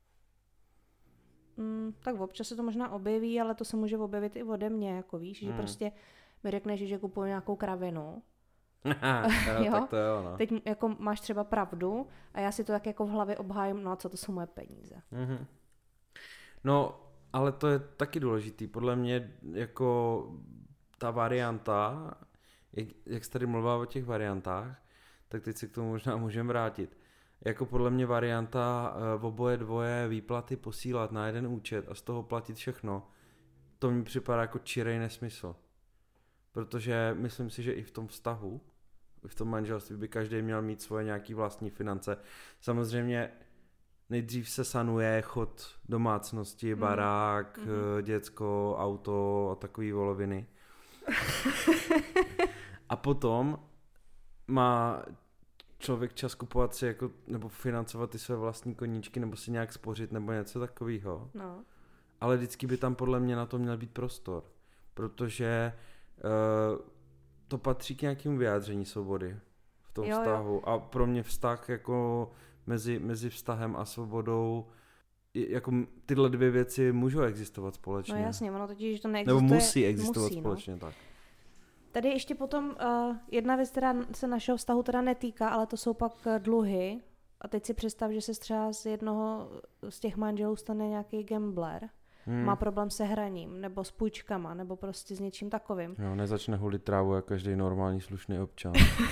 Mm, tak občas se to možná objeví, ale to se může objevit i ode mě, jako víš, hmm. že prostě mi řekneš, že kupuju nějakou kravinu. jo, tak to jo, no. Teď jako máš třeba pravdu a já si to tak jako v hlavě obhájím, no a co to jsou moje peníze. Mm-hmm. No, ale to je taky důležitý. Podle mě jako ta varianta, jak, jak jsi tady mluvila o těch variantách, tak teď se k tomu možná můžeme vrátit. Jako podle mě varianta v oboje dvoje výplaty posílat na jeden účet a z toho platit všechno, to mi připadá jako čirej nesmysl. Protože myslím si, že i v tom vztahu, v tom manželství by každý měl mít svoje nějaký vlastní finance. Samozřejmě nejdřív se sanuje chod domácnosti, barák, mm. děcko, auto a takový voloviny. A potom má člověk čas kupovat si jako, nebo financovat ty své vlastní koníčky, nebo si nějak spořit, nebo něco takového. No. Ale vždycky by tam podle mě na to měl být prostor, protože uh, to patří k nějakému vyjádření svobody v tom jo, vztahu. Jo. A pro mě vztah jako mezi, mezi vztahem a svobodou, jako tyhle dvě věci můžou existovat společně. No jasně, ono totiž to neexistuje. Nebo musí existovat musí, společně, no. tak. Tady ještě potom uh, jedna věc, která se našeho vztahu teda netýká, ale to jsou pak dluhy. A teď si představ, že se třeba z jednoho z těch manželů stane nějaký gambler. Hmm. Má problém se hraním, nebo s půjčkama, nebo prostě s něčím takovým. Jo, nezačne hulit trávu jako každý normální slušný občan.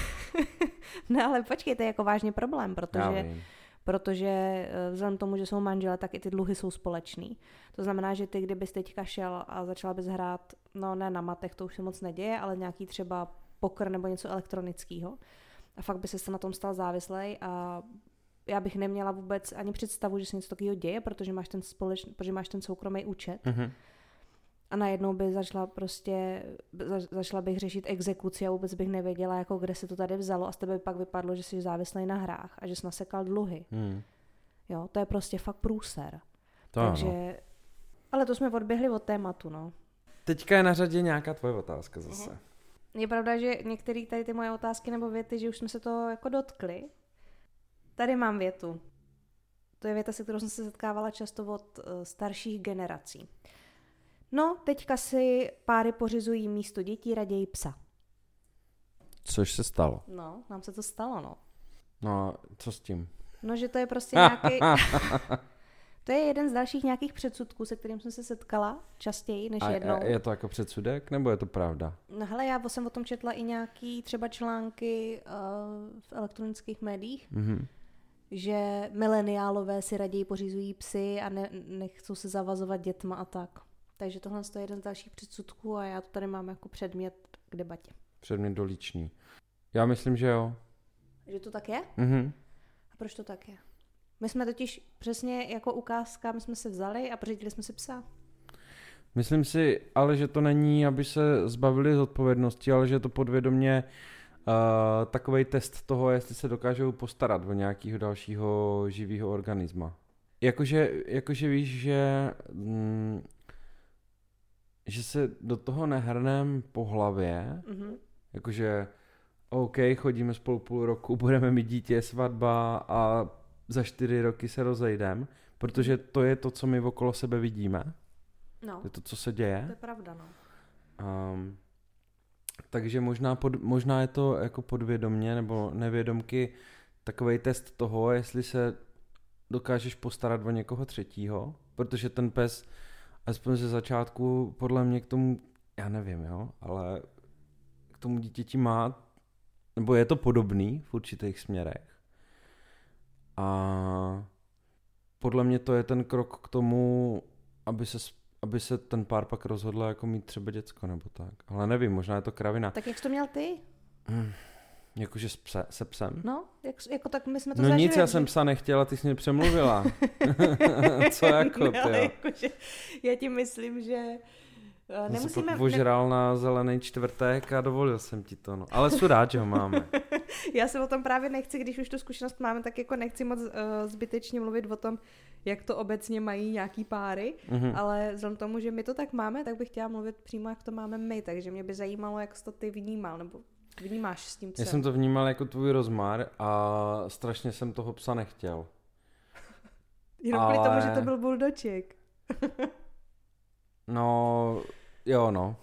Ne, ale počkej, to je jako vážně problém, protože, protože vzhledem k tomu, že jsou manžele, tak i ty dluhy jsou společný. To znamená, že ty, kdybys teďka šel a začala bys hrát, no ne na matech, to už se moc neděje, ale nějaký třeba poker nebo něco elektronického. A fakt by se na tom stal závislej a já bych neměla vůbec ani představu, že se něco takového děje, protože máš ten společný, protože máš ten soukromý účet. Mm-hmm. A najednou by začala prostě, za, začala bych řešit exekuci a vůbec bych nevěděla, jako kde se to tady vzalo a z tebe by pak vypadlo, že jsi závislý na hrách a že jsi nasekal dluhy. Mm. Jo, to je prostě fakt průser. To Takže, ano. Ale to jsme odběhli od tématu, no. Teďka je na řadě nějaká tvoje otázka zase. Mm. Je pravda, že některé tady ty moje otázky nebo věty, že už jsme se to jako dotkli. Tady mám větu. To je věta, se kterou jsem se setkávala často od uh, starších generací. No, teďka si páry pořizují místo dětí raději psa. Což se stalo. No, nám se to stalo, no. No a co s tím? No, že to je prostě nějaký... To je jeden z dalších nějakých předsudků, se kterým jsem se setkala častěji než a jednou. A je to jako předsudek, nebo je to pravda? No hele, já jsem o tom četla i nějaký třeba články uh, v elektronických médiích, mm-hmm. že mileniálové si raději pořizují psy a ne, nechcou se zavazovat dětma a tak. Takže tohle je jeden z dalších předsudků a já to tady mám jako předmět k debatě. Předmět dolíčný. Já myslím, že jo. Že to tak je? Mhm. A proč to tak je? My jsme totiž přesně jako ukázka, my jsme se vzali a pořídili jsme si psa. Myslím si, ale že to není, aby se zbavili z odpovědnosti, ale že je to podvědomě uh, takovej test toho, jestli se dokážou postarat o nějakého dalšího živého organisma. Jakože, jakože víš, že, mm, že se do toho nehrnem po hlavě, mm-hmm. jakože OK, chodíme spolu půl roku, budeme mít dítě, svatba a za čtyři roky se rozejdem, protože to je to, co my okolo sebe vidíme. No. To je to, co se děje. To je pravda, no. Um, takže možná, pod, možná je to jako podvědomně nebo nevědomky takovej test toho, jestli se dokážeš postarat o někoho třetího, protože ten pes, aspoň ze začátku, podle mě k tomu, já nevím, jo, ale k tomu dítěti má, nebo je to podobný v určitých směrech. A podle mě to je ten krok k tomu, aby se, aby se ten pár pak rozhodl jako mít třeba děcko nebo tak. Ale nevím, možná je to kravina. Tak jak jsi to měl ty? Hmm. Jakože s pse, se psem? No, jak, jako tak my jsme to no zažili. No nic, já jsem psa nechtěla, ty jsi mě přemluvila. Co jako, ty jo? Jakože, já ti myslím, že uh, nemusíme... Jsem požral ne... na zelený čtvrtek a dovolil jsem ti to, no. Ale jsou rád, že ho máme. Já se o tom právě nechci, když už tu zkušenost máme, tak jako nechci moc uh, zbytečně mluvit o tom, jak to obecně mají nějaký páry, mm-hmm. ale vzhledem tomu, že my to tak máme, tak bych chtěla mluvit přímo, jak to máme my, takže mě by zajímalo, jak jsi to ty vnímal, nebo vnímáš s tím psem. Já jsem to vnímal jako tvůj rozmar a strašně jsem toho psa nechtěl. Jenom ale... kvůli tomu, že to byl buldoček. No, jo no.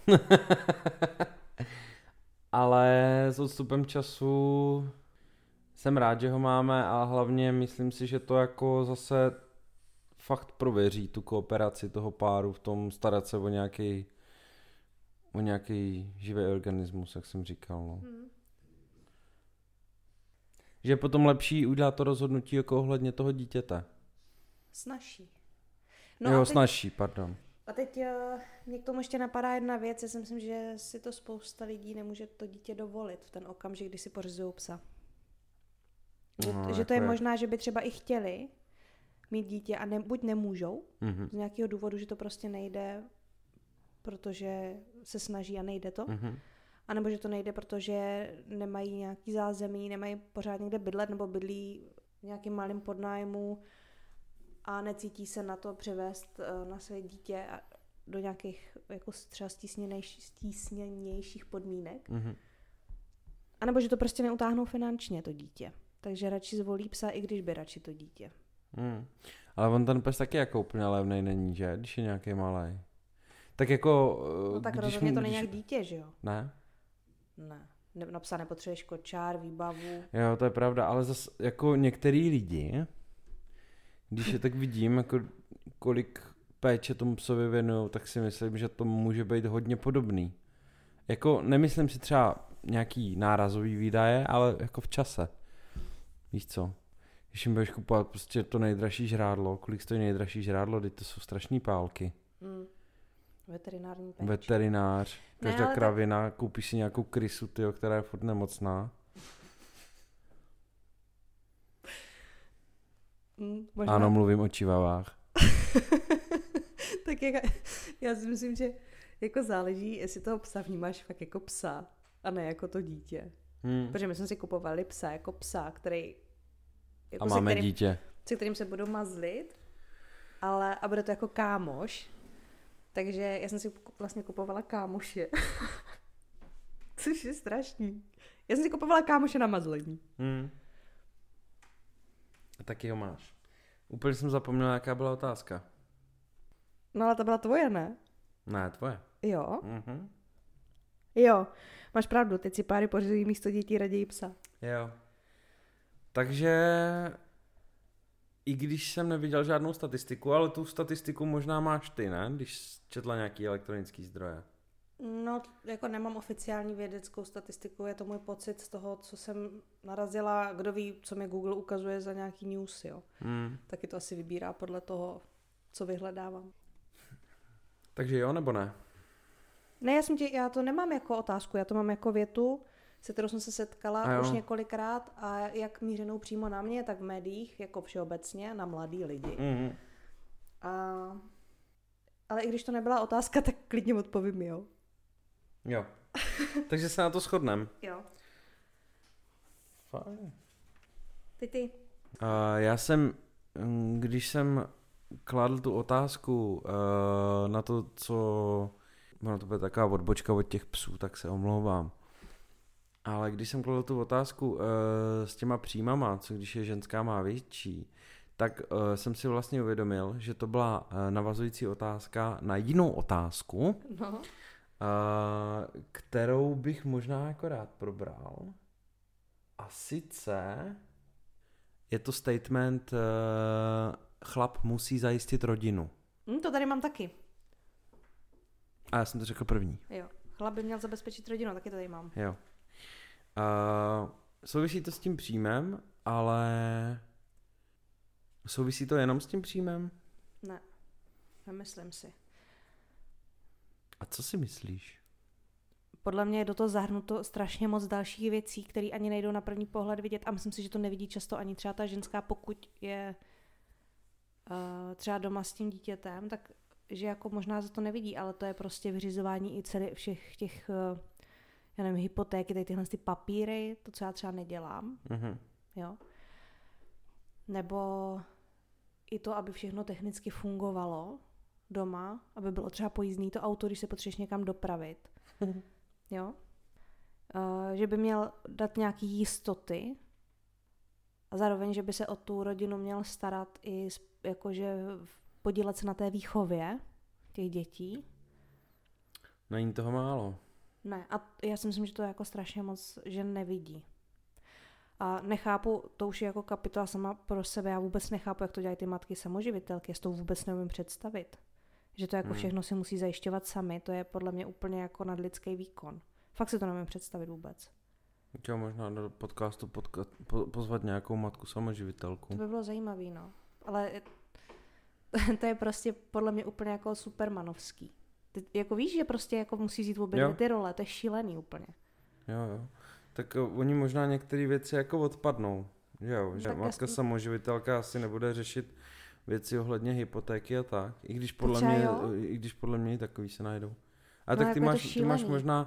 Ale s odstupem času jsem rád, že ho máme a hlavně myslím si, že to jako zase fakt prověří tu kooperaci toho páru v tom starat se o nějaký o nějaký živý organismus, jak jsem říkal. No. Hmm. Že je potom lepší udělat to rozhodnutí jako ohledně toho dítěte. Snažší. No jo, teď... snažší, pardon. A teď uh, mě k tomu ještě napadá jedna věc. Já si myslím, že si to spousta lidí nemůže to dítě dovolit v ten okamžik, kdy si pořizují psa. Že, no, že to je, je možná, že by třeba i chtěli mít dítě a ne, buď nemůžou, mm-hmm. z nějakého důvodu, že to prostě nejde, protože se snaží a nejde to. Mm-hmm. A nebo že to nejde, protože nemají nějaký zázemí, nemají pořád někde bydlet nebo bydlí v nějakým malým podnájmu a necítí se na to převést na své dítě do nějakých jako třeba stísněnějších podmínek. Mm-hmm. A nebo že to prostě neutáhnou finančně to dítě. Takže radši zvolí psa, i když by radši to dítě. Mm. Ale on ten pes taky jako úplně levnej není, že? Když je nějaký malej. Tak jako... No tak rozhodně to není jak dítě, že jo? Ne? Ne. Na psa nepotřebuješ kočár, výbavu. Jo, to je pravda, ale zase jako některý lidi, když je tak vidím, jako kolik péče tomu psovi věnujou, tak si myslím, že to může být hodně podobný. Jako nemyslím si třeba nějaký nárazový výdaje, ale jako v čase. Víš co? Když jim budeš kupovat prostě to nejdražší žrádlo, kolik stojí nejdražší žrádlo, teď to jsou strašný pálky. Mm. Veterinární péč. Veterinář, každá ne, kravina, tak... koupíš si nějakou krysu, tyjo, která je furt nemocná. Mm, možná... Ano, mluvím o čivavách. Tak jak, já si myslím, že jako záleží, jestli toho psa vnímáš fakt jako psa a ne jako to dítě. Hmm. Protože my jsme si kupovali psa jako psa, který... Jako a máme kterým, dítě. Se kterým se budou mazlit, ale a bude to jako kámoš. Takže já jsem si vlastně kupovala kámoše. Což je strašný. Já jsem si kupovala kámoše na mazlení. Hmm. A taky ho máš. Úplně jsem zapomněla, jaká byla otázka. No ale to byla tvoje, ne? Ne, tvoje. Jo. Mhm. Jo, máš pravdu, teď si páry pořizují místo dětí raději psa. Jo. Takže i když jsem neviděl žádnou statistiku, ale tu statistiku možná máš ty, ne? Když četla nějaký elektronický zdroje. No, jako nemám oficiální vědeckou statistiku, je to můj pocit z toho, co jsem narazila, kdo ví, co mi Google ukazuje za nějaký news, jo. Hmm. Taky to asi vybírá podle toho, co vyhledávám. Takže jo, nebo ne? Ne, já, jsem tě, já to nemám jako otázku, já to mám jako větu, se kterou jsem se setkala už několikrát a jak mířenou přímo na mě, tak v médiích, jako všeobecně, na mladý lidi. Mm-hmm. A... Ale i když to nebyla otázka, tak klidně odpovím jo. Jo. Takže se na to shodneme. Jo. Fajn. Ty ty. Uh, já jsem, když jsem kladl tu otázku uh, na to, co... Ono to bude taková odbočka od těch psů, tak se omlouvám. Ale když jsem kladl tu otázku uh, s těma příjmama, co když je ženská má větší, tak uh, jsem si vlastně uvědomil, že to byla uh, navazující otázka na jinou otázku, no. uh, kterou bych možná jako rád probral. A sice je to statement uh, chlap musí zajistit rodinu. Hmm, to tady mám taky. A já jsem to řekl první. Jo, chlap by měl zabezpečit rodinu, taky to tady mám. Jo. Uh, souvisí to s tím příjmem, ale souvisí to jenom s tím příjmem? Ne, nemyslím si. A co si myslíš? Podle mě je do toho zahrnuto strašně moc dalších věcí, které ani nejdou na první pohled vidět a myslím si, že to nevidí často ani třeba ta ženská, pokud je uh, třeba doma s tím dítětem, tak že jako možná za to nevidí, ale to je prostě vyřizování i celý všech těch uh, já nevím, hypotéky, tady tyhle ty papíry, to, co já třeba nedělám, mm-hmm. jo. Nebo i to, aby všechno technicky fungovalo doma, aby bylo třeba pojízdný to auto, když se potřebuješ někam dopravit, jo. Uh, že by měl dát nějaký jistoty a zároveň, že by se o tu rodinu měl starat i jakože podílet se na té výchově těch dětí. Není toho málo. Ne, a já si myslím, že to jako strašně moc žen nevidí. A nechápu, to už je jako kapitola sama pro sebe, já vůbec nechápu, jak to dělají ty matky samoživitelky, já si to vůbec neumím představit. Že to jako hmm. všechno si musí zajišťovat sami, to je podle mě úplně jako nadlidský výkon. Fakt si to neumím představit vůbec. Jo, možná do podcastu podka- po- pozvat nějakou matku samoživitelku. To by bylo zajímavý, no. Ale to je prostě podle mě úplně jako supermanovský. Ty jako víš, že prostě jako musí jít obě ty role, to je šílený úplně. Jo, jo. Tak uh, oni možná některé věci jako odpadnou, že jo, že tak matka jasný. Samoživitelka asi nebude řešit věci ohledně hypotéky a tak, i když podle, mě, i když podle mě takový se najdou. A no, tak ty máš, ty máš možná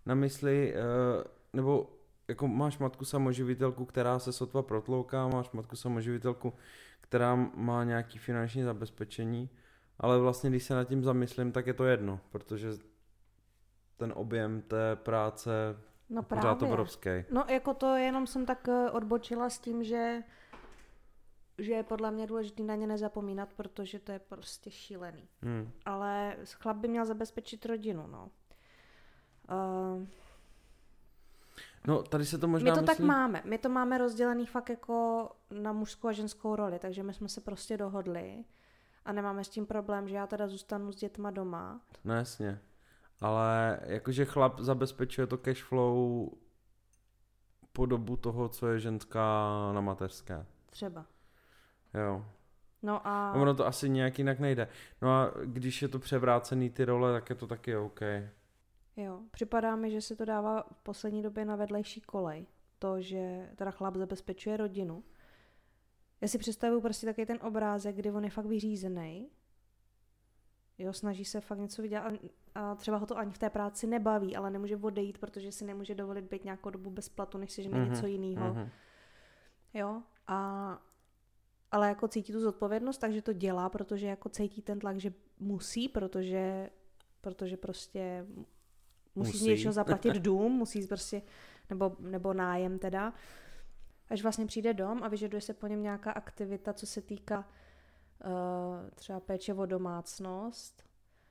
na mysli, uh, nebo jako máš matku samoživitelku, která se sotva protlouká, máš matku samoživitelku, která má nějaký finanční zabezpečení, ale vlastně když se nad tím zamyslím, tak je to jedno, protože ten objem té práce no je pořád právě. obrovský. No jako to jenom jsem tak odbočila s tím, že že je podle mě důležité na ně nezapomínat, protože to je prostě šílený. Hmm. Ale chlap by měl zabezpečit rodinu, no. Uh, no, tady se to možná my to myslí... tak máme. My to máme rozdělený fakt jako na mužskou a ženskou roli, takže my jsme se prostě dohodli a nemáme s tím problém, že já teda zůstanu s dětma doma. No jasně. Ale jakože chlap zabezpečuje to cash flow po dobu toho, co je ženská na mateřské. Třeba. Jo. No a... Ono to asi nějak jinak nejde. No a když je to převrácený ty role, tak je to taky OK. Jo, připadá mi, že se to dává v poslední době na vedlejší kolej. To, že teda chlap zabezpečuje rodinu. Já si představuju prostě taky ten obrázek, kdy on je fakt vyřízený. Jo, snaží se fakt něco vydělat a, a třeba ho to ani v té práci nebaví, ale nemůže odejít, protože si nemůže dovolit být nějakou dobu bez platu, než si žene mm-hmm. něco jiného. Mm-hmm. Jo, a ale jako cítí tu zodpovědnost, takže to dělá, protože jako cítí ten tlak, že musí, protože, protože prostě musí, musí. něčeho zaplatit dům, musí prostě, nebo, nebo nájem teda. Až vlastně přijde dom a vyžaduje se po něm nějaká aktivita, co se týká uh, třeba péče o domácnost.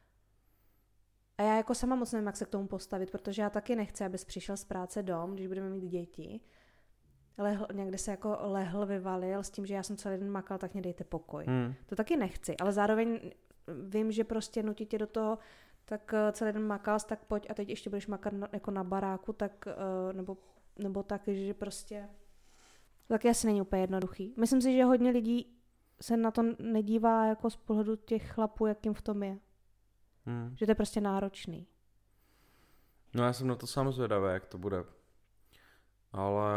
A já jako sama moc nevím, jak se k tomu postavit, protože já taky nechci, abys přišel z práce dom, když budeme mít děti. Lehl, někde se jako lehl, vyvalil s tím, že já jsem celý den makal, tak mě dejte pokoj. Hmm. To taky nechci, ale zároveň vím, že prostě nutí tě do toho, tak celý den makal, tak pojď a teď ještě budeš makat na, jako na baráku, tak nebo, nebo tak, že prostě to taky asi není úplně jednoduchý. Myslím si, že hodně lidí se na to nedívá jako z pohledu těch chlapů, jak jim v tom je. Hmm. Že to je prostě náročný. No já jsem na to sám zvědavý, jak to bude. Ale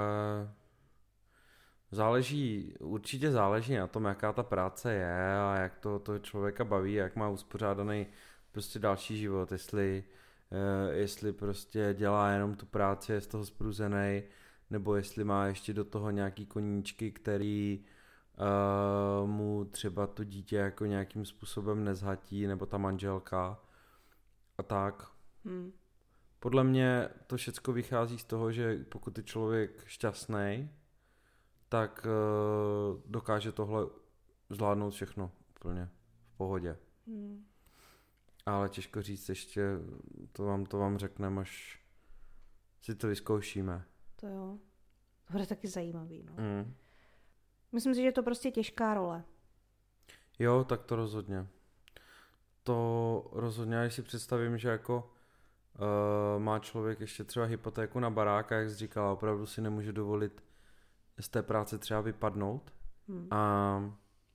záleží, určitě záleží na tom, jaká ta práce je a jak to, to člověka baví, jak má uspořádaný prostě další život, jestli, eh, jestli prostě dělá jenom tu práci, je z toho spruzenej, nebo jestli má ještě do toho nějaký koníčky, který eh, mu třeba to dítě jako nějakým způsobem nezhatí, nebo ta manželka a tak. Hmm. Podle mě to všecko vychází z toho, že pokud je člověk šťastný, tak uh, dokáže tohle zvládnout všechno úplně v pohodě. Hmm. Ale těžko říct ještě, to vám, to vám řekneme, až si to vyzkoušíme. To jo, to bude taky zajímavý. No. Hmm. Myslím si, že je to prostě těžká role. Jo, tak to rozhodně. To rozhodně, když si představím, že jako Uh, má člověk ještě třeba hypotéku na barák a jak jsi říkala, opravdu si nemůže dovolit z té práce třeba vypadnout. Hmm. A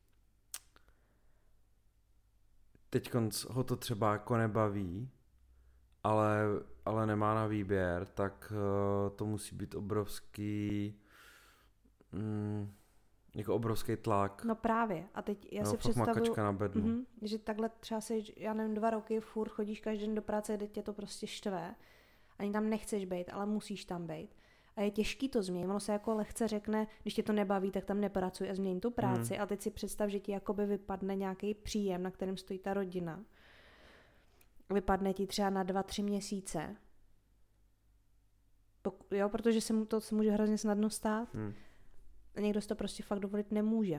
teď ho to třeba jako nebaví, ale, ale nemá na výběr, tak uh, to musí být obrovský mm, jako obrovský tlak. No právě. A teď já no, si představuju, na bednu. Mm-hmm, že takhle třeba si, já nevím, dva roky furt chodíš každý den do práce, kde tě to prostě štve. Ani tam nechceš být, ale musíš tam být. A je těžký to změnit. Ono se jako lehce řekne, když tě to nebaví, tak tam nepracuj a změň tu práci. Mm. A teď si představ, že ti jakoby vypadne nějaký příjem, na kterém stojí ta rodina. Vypadne ti třeba na dva, tři měsíce. Pok- jo, protože se mu to se může hrozně snadno stát. Mm. A někdo si to prostě fakt dovolit nemůže.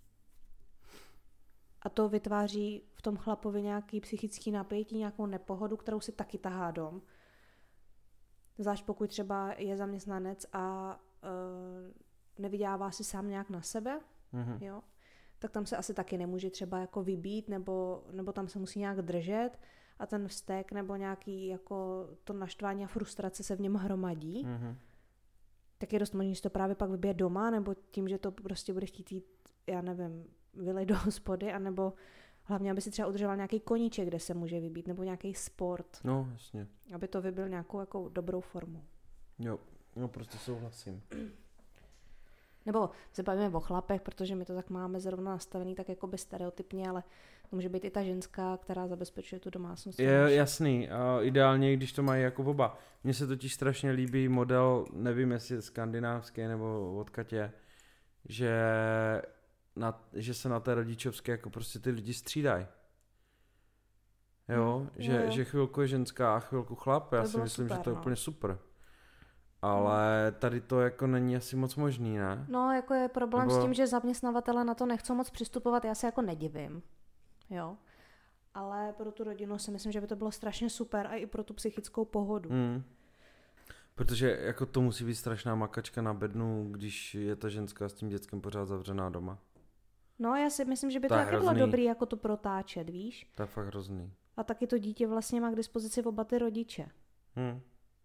A to vytváří v tom chlapovi nějaký psychický napětí, nějakou nepohodu, kterou si taky tahá dom. Zvlášť pokud třeba je zaměstnanec a uh, nevydělává si sám nějak na sebe, mm-hmm. jo, tak tam se asi taky nemůže třeba jako vybít, nebo, nebo tam se musí nějak držet a ten vztek nebo nějaký jako to naštvání a frustrace se v něm hromadí. Mm-hmm. Tak je dost možný, že to právě pak vybije doma, nebo tím, že to prostě bude chtít jít, já nevím, vylej do hospody, anebo hlavně, aby si třeba udržoval nějaký koníček, kde se může vybít, nebo nějaký sport. No, jasně. Aby to vybil nějakou jako dobrou formu. Jo, no prostě souhlasím. Nebo se bavíme o chlapech, protože my to tak máme zrovna nastavený tak jakoby stereotypně, ale to může být i ta ženská, která zabezpečuje tu domácnost. Je jasný, a ideálně, když to mají jako oba. Mně se totiž strašně líbí model, nevím jestli skandinávský nebo odkatě, že, na, že se na té rodičovské jako prostě ty lidi střídají. Jo, hmm, že, jo. že chvilku je ženská a chvilku chlap, já si myslím, super, že to je no. úplně super. Ale tady to jako není asi moc možný, ne? No, jako je problém Nebo... s tím, že zaměstnavatele na to nechcou moc přistupovat, já se jako nedivím. Jo. Ale pro tu rodinu si myslím, že by to bylo strašně super a i pro tu psychickou pohodu. Hmm. Protože jako to musí být strašná makačka na bednu, když je ta ženská s tím dětskem pořád zavřená doma. No, já si myslím, že by to, to taky bylo dobrý jako to protáčet, víš? To je fakt hrozný. A taky to dítě vlastně má k dispozici oba ty rodiče. Hmm.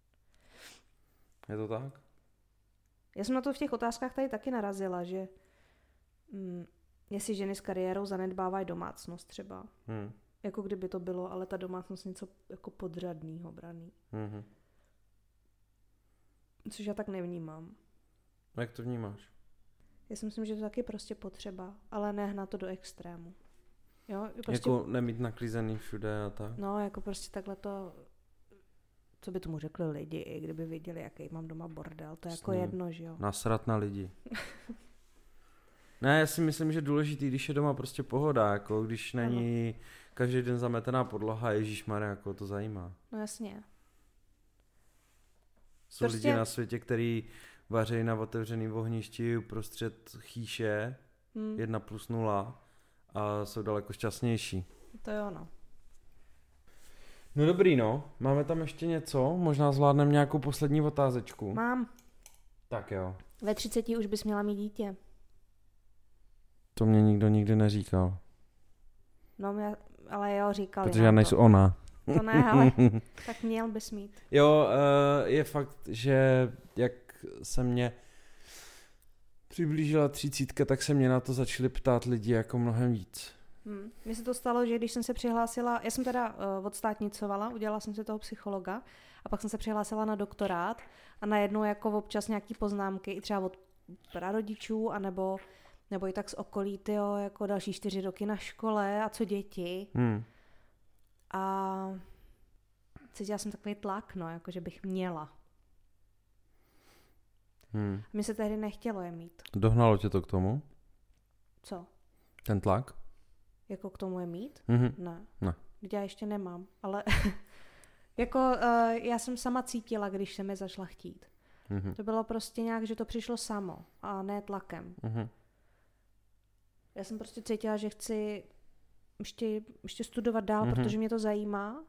Je to tak? Já jsem na to v těch otázkách tady taky narazila, že hm, jestli ženy s kariérou zanedbávají domácnost třeba. Hmm. Jako kdyby to bylo, ale ta domácnost něco jako podřadnýho braný. Hmm. Což já tak nevnímám. A jak to vnímáš? Já si myslím, že to taky prostě potřeba, ale nehnat to do extrému. Jo, prostě... Jako nemít naklízený všude a tak? No, jako prostě takhle to, co by tomu řekli lidi, i kdyby věděli, jaký mám doma bordel, to je jako jedno, že jo. Nasrat na lidi. Ne, já si myslím, že důležitý, když je doma prostě pohoda, jako když není ano. každý den zametená podlaha, ježišmarja, jako to zajímá. No jasně. Jsou prostě... lidi na světě, který vaří na otevřeném ohništi uprostřed chýše, hmm. jedna plus nula a jsou daleko šťastnější. To jo, no. No dobrý, no. Máme tam ještě něco? Možná zvládneme nějakou poslední otázečku. Mám. Tak jo. Ve třiceti už bys měla mít dítě. To mě nikdo nikdy neříkal. No, mě, ale jo, říkali. Protože já nejsem ona. To ne, ale tak měl bys mít. Jo, uh, je fakt, že jak se mě přiblížila třicítka, tak se mě na to začali ptát lidi jako mnohem víc. Hmm. Mně se to stalo, že když jsem se přihlásila, já jsem teda uh, odstátnicovala, udělala jsem si toho psychologa a pak jsem se přihlásila na doktorát a najednou jako občas nějaký poznámky i třeba od prarodičů anebo nebo i tak z okolí, tyjo, jako další čtyři roky na škole a co děti. Hmm. A cítila jsem takový tlak, no, jako že bych měla. Hmm. Mně se tehdy nechtělo je mít. Dohnalo tě to k tomu? Co? Ten tlak? Jako k tomu je mít? Mm-hmm. Ne. Ne. Já ještě nemám, ale jako uh, já jsem sama cítila, když se mi začala chtít. Mm-hmm. To bylo prostě nějak, že to přišlo samo a ne tlakem. Mm-hmm. Já jsem prostě cítila, že chci ještě, ještě studovat dál, mm-hmm. protože mě to zajímá.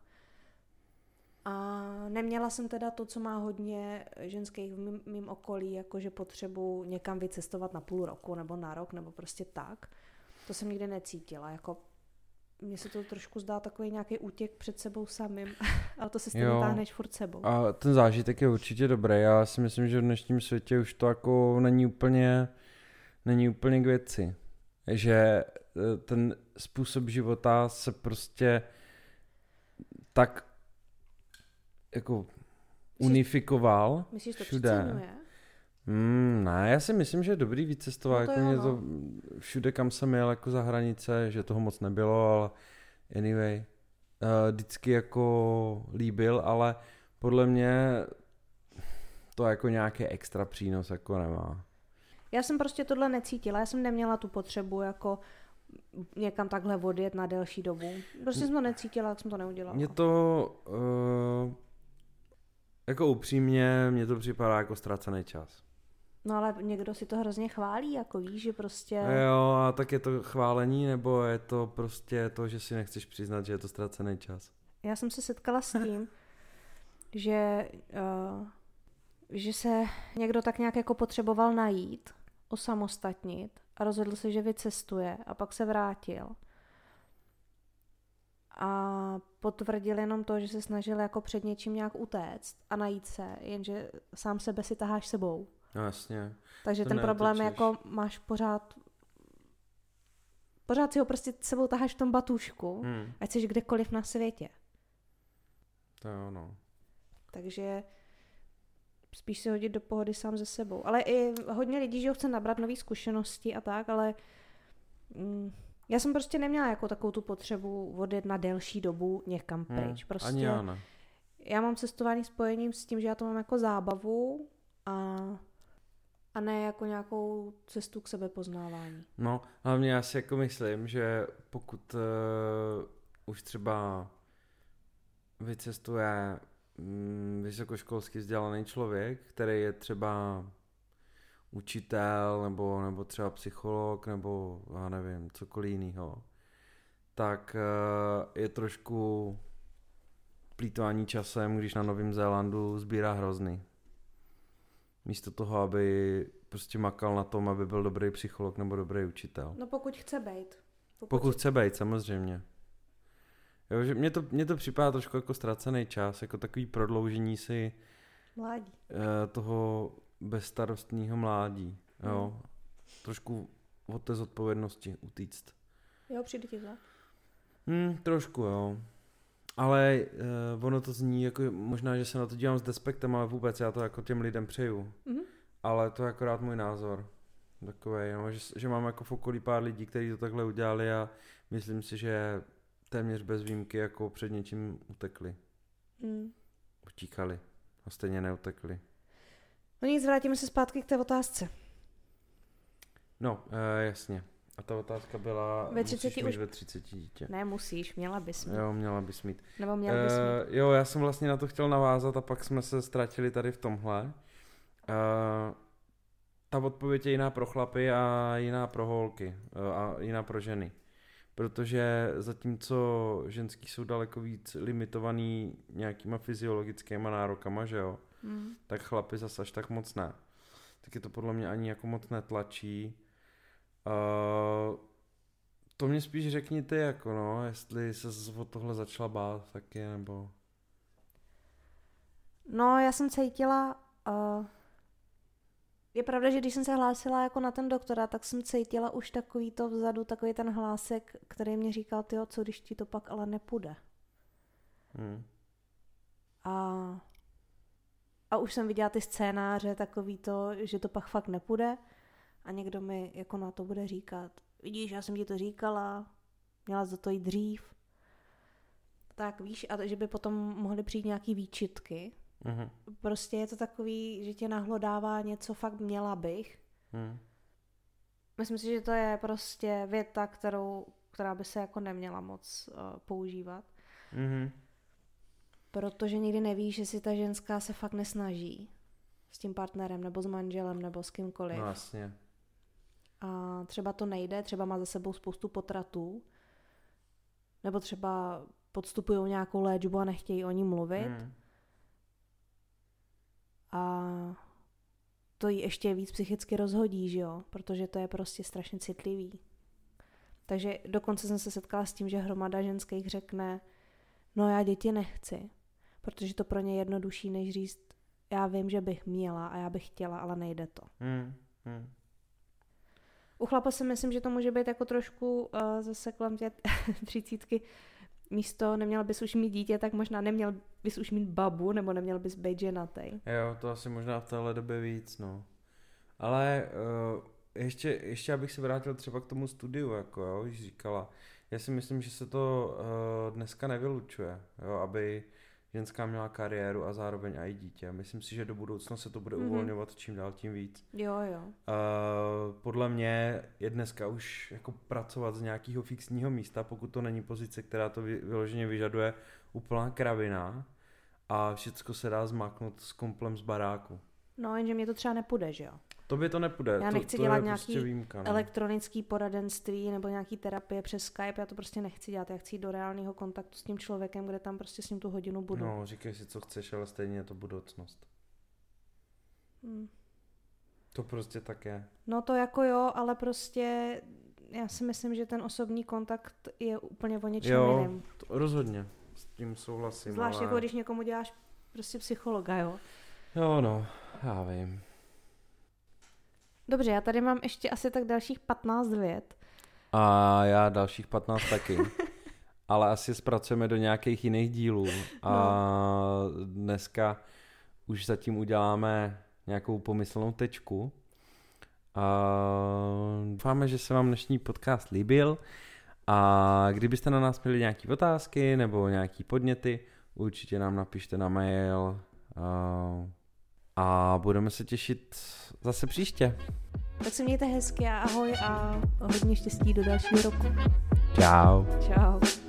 A neměla jsem teda to, co má hodně ženských v mým, mým okolí, jakože potřebuji někam vycestovat na půl roku nebo na rok, nebo prostě tak. To jsem nikdy necítila, jako mně se to trošku zdá takový nějaký útěk před sebou samým, ale to se stejně táhneš furt sebou. A ten zážitek je určitě dobrý, já si myslím, že v dnešním světě už to jako není úplně, není úplně k věci. Že ten způsob života se prostě tak jako myslíš, unifikoval myslíš, to všude. Přeceňuje? Mm, ne, já si myslím, že je dobrý víc cestovat, no jako mě to všude, kam jsem jel jako za hranice, že toho moc nebylo, ale anyway, uh, vždycky jako líbil, ale podle mě to jako nějaký extra přínos jako nemá. Já jsem prostě tohle necítila, já jsem neměla tu potřebu jako někam takhle odjet na delší dobu. Prostě jsem to necítila, tak jsem to neudělala. Mně to, uh, jako upřímně, mně to připadá jako ztracený čas. No ale někdo si to hrozně chválí, jako víš, že prostě... Jo, a tak je to chválení, nebo je to prostě to, že si nechceš přiznat, že je to ztracený čas? Já jsem se setkala s tím, že, uh, že se někdo tak nějak jako potřeboval najít, osamostatnit a rozhodl se, že vycestuje a pak se vrátil. A potvrdil jenom to, že se snažil jako před něčím nějak utéct a najít se, jenže sám sebe si taháš sebou. No jasně. Takže to ten problém je jako máš pořád pořád si ho prostě sebou taháš v tom batůžku, hmm. ať jsi kdekoliv na světě. To je ono. Takže spíš si hodit do pohody sám ze sebou. Ale i hodně lidí, že ho chce nabrat nový zkušenosti a tak, ale mm, já jsem prostě neměla jako takovou tu potřebu odjet na delší dobu někam pryč. Hmm, prostě ani já ne. Já mám cestování spojením s tím, že já to mám jako zábavu a, a ne jako nějakou cestu k sebepoznávání. No, hlavně já si jako myslím, že pokud uh, už třeba vycestuje um, vysokoškolsky vzdělaný člověk, který je třeba učitel nebo, nebo třeba psycholog nebo já nevím, cokoliv jinýho, tak uh, je trošku plýtvání časem, když na Novém Zélandu sbírá hrozny. Místo toho, aby prostě makal na tom, aby byl dobrý psycholog nebo dobrý učitel. No pokud chce bejt. Pokud, pokud chce bejt, samozřejmě. Jo, že mně to, mně to připadá trošku jako ztracený čas, jako takový prodloužení si mládí. Eh, toho bezstarostného mládí. Jo. Hmm. Trošku od té zodpovědnosti utíct. Jo, přijde ti zle. Hmm, trošku, jo. Ale uh, ono to zní jako, možná, že se na to dívám s despektem, ale vůbec já to jako těm lidem přeju. Mm-hmm. Ale to je akorát můj názor. Takovej, no, že, že mám jako v okolí pár lidí, kteří to takhle udělali a myslím si, že téměř bez výjimky jako před něčím utekli. Mm. Utíkali a stejně neutekli. No nic, vrátíme se zpátky k té otázce. No, uh, jasně. A ta otázka byla, ve třiceti musíš už... mít ve třiceti dítě. Ne, musíš, měla bys mít. Jo, měla bys mít. Nebo měla bys mít. Uh, jo, já jsem vlastně na to chtěl navázat a pak jsme se ztratili tady v tomhle. Uh, ta odpověď je jiná pro chlapy a jiná pro holky uh, a jiná pro ženy. Protože zatímco ženský jsou daleko víc limitovaný nějakýma fyziologickýma nárokama, že jo, mm. tak chlapy zase až tak moc ne. Taky to podle mě ani jako moc netlačí. Uh, to mě spíš řekni ty, jako no, jestli se od tohle začala bát taky, nebo... No, já jsem cítila... Uh, je pravda, že když jsem se hlásila jako na ten doktora, tak jsem cítila už takový to vzadu, takový ten hlásek, který mě říkal, tyjo, co když ti to pak ale nepůjde. Hmm. A, a už jsem viděla ty scénáře, takový to, že to pak fakt nepůjde. A někdo mi jako na to bude říkat, vidíš, já jsem ti to říkala, měla za to jít dřív. Tak víš, a že by potom mohly přijít nějaký výčitky. Mm-hmm. Prostě je to takový, že tě nahlodává něco, fakt měla bych. Mm. Myslím si, že to je prostě věta, kterou, která by se jako neměla moc uh, používat. Mm-hmm. Protože nikdy nevíš, jestli ta ženská se fakt nesnaží s tím partnerem, nebo s manželem, nebo s kýmkoliv. No jasně. A třeba to nejde, třeba má za sebou spoustu potratů, nebo třeba podstupují nějakou léčbu a nechtějí o ní mluvit. Mm. A to jí ještě víc psychicky rozhodí, že jo, protože to je prostě strašně citlivý. Takže dokonce jsem se setkala s tím, že hromada ženských řekne, no já děti nechci, protože to pro ně je jednodušší, než říct, já vím, že bych měla a já bych chtěla, ale nejde to. Mm. Mm. U chlapa si myslím, že to může být jako trošku uh, zase kolem tě třicítky, místo neměl bys už mít dítě, tak možná neměl bys už mít babu, nebo neměl bys být ženatý. Jo, to asi možná v téhle době víc, no. Ale uh, ještě, ještě abych se vrátil třeba k tomu studiu, jako jo, už říkala. Já si myslím, že se to uh, dneska nevylučuje, jo, aby ženská měla kariéru a zároveň i dítě. Myslím si, že do budoucna se to bude mm-hmm. uvolňovat čím dál tím víc. Jo, jo. Uh, podle mě je dneska už jako pracovat z nějakého fixního místa, pokud to není pozice, která to vyloženě vyžaduje, úplná kravina a všecko se dá zmáknout s komplem z baráku. No, jenže mě to třeba nepůjde, že jo? Tobě to nepůjde. Já to, nechci to dělat je nějaký prostě výjimka, no. elektronický poradenství nebo nějaký terapie přes Skype, já to prostě nechci dělat. Já chci jít do reálného kontaktu s tím člověkem, kde tam prostě s ním tu hodinu budu. No, říkej si, co chceš, ale stejně je to budoucnost. Hmm. To prostě tak je. No to jako jo, ale prostě já si myslím, že ten osobní kontakt je úplně o něčem jo, jiném. Jo, rozhodně. S tím souhlasím. Zvlášť ale... jako když někomu děláš prostě psychologa, jo. Jo, no, já vím. Dobře, já tady mám ještě asi tak dalších patnáct vět. A já dalších patnáct taky. Ale asi zpracujeme do nějakých jiných dílů. A no. Dneska už zatím uděláme nějakou pomyslnou tečku. A doufáme, že se vám dnešní podcast líbil a kdybyste na nás měli nějaké otázky nebo nějaké podněty, určitě nám napište na mail a, a budeme se těšit zase příště. Tak se mějte hezky a ahoj a hodně štěstí do dalšího roku. Čau. Čau.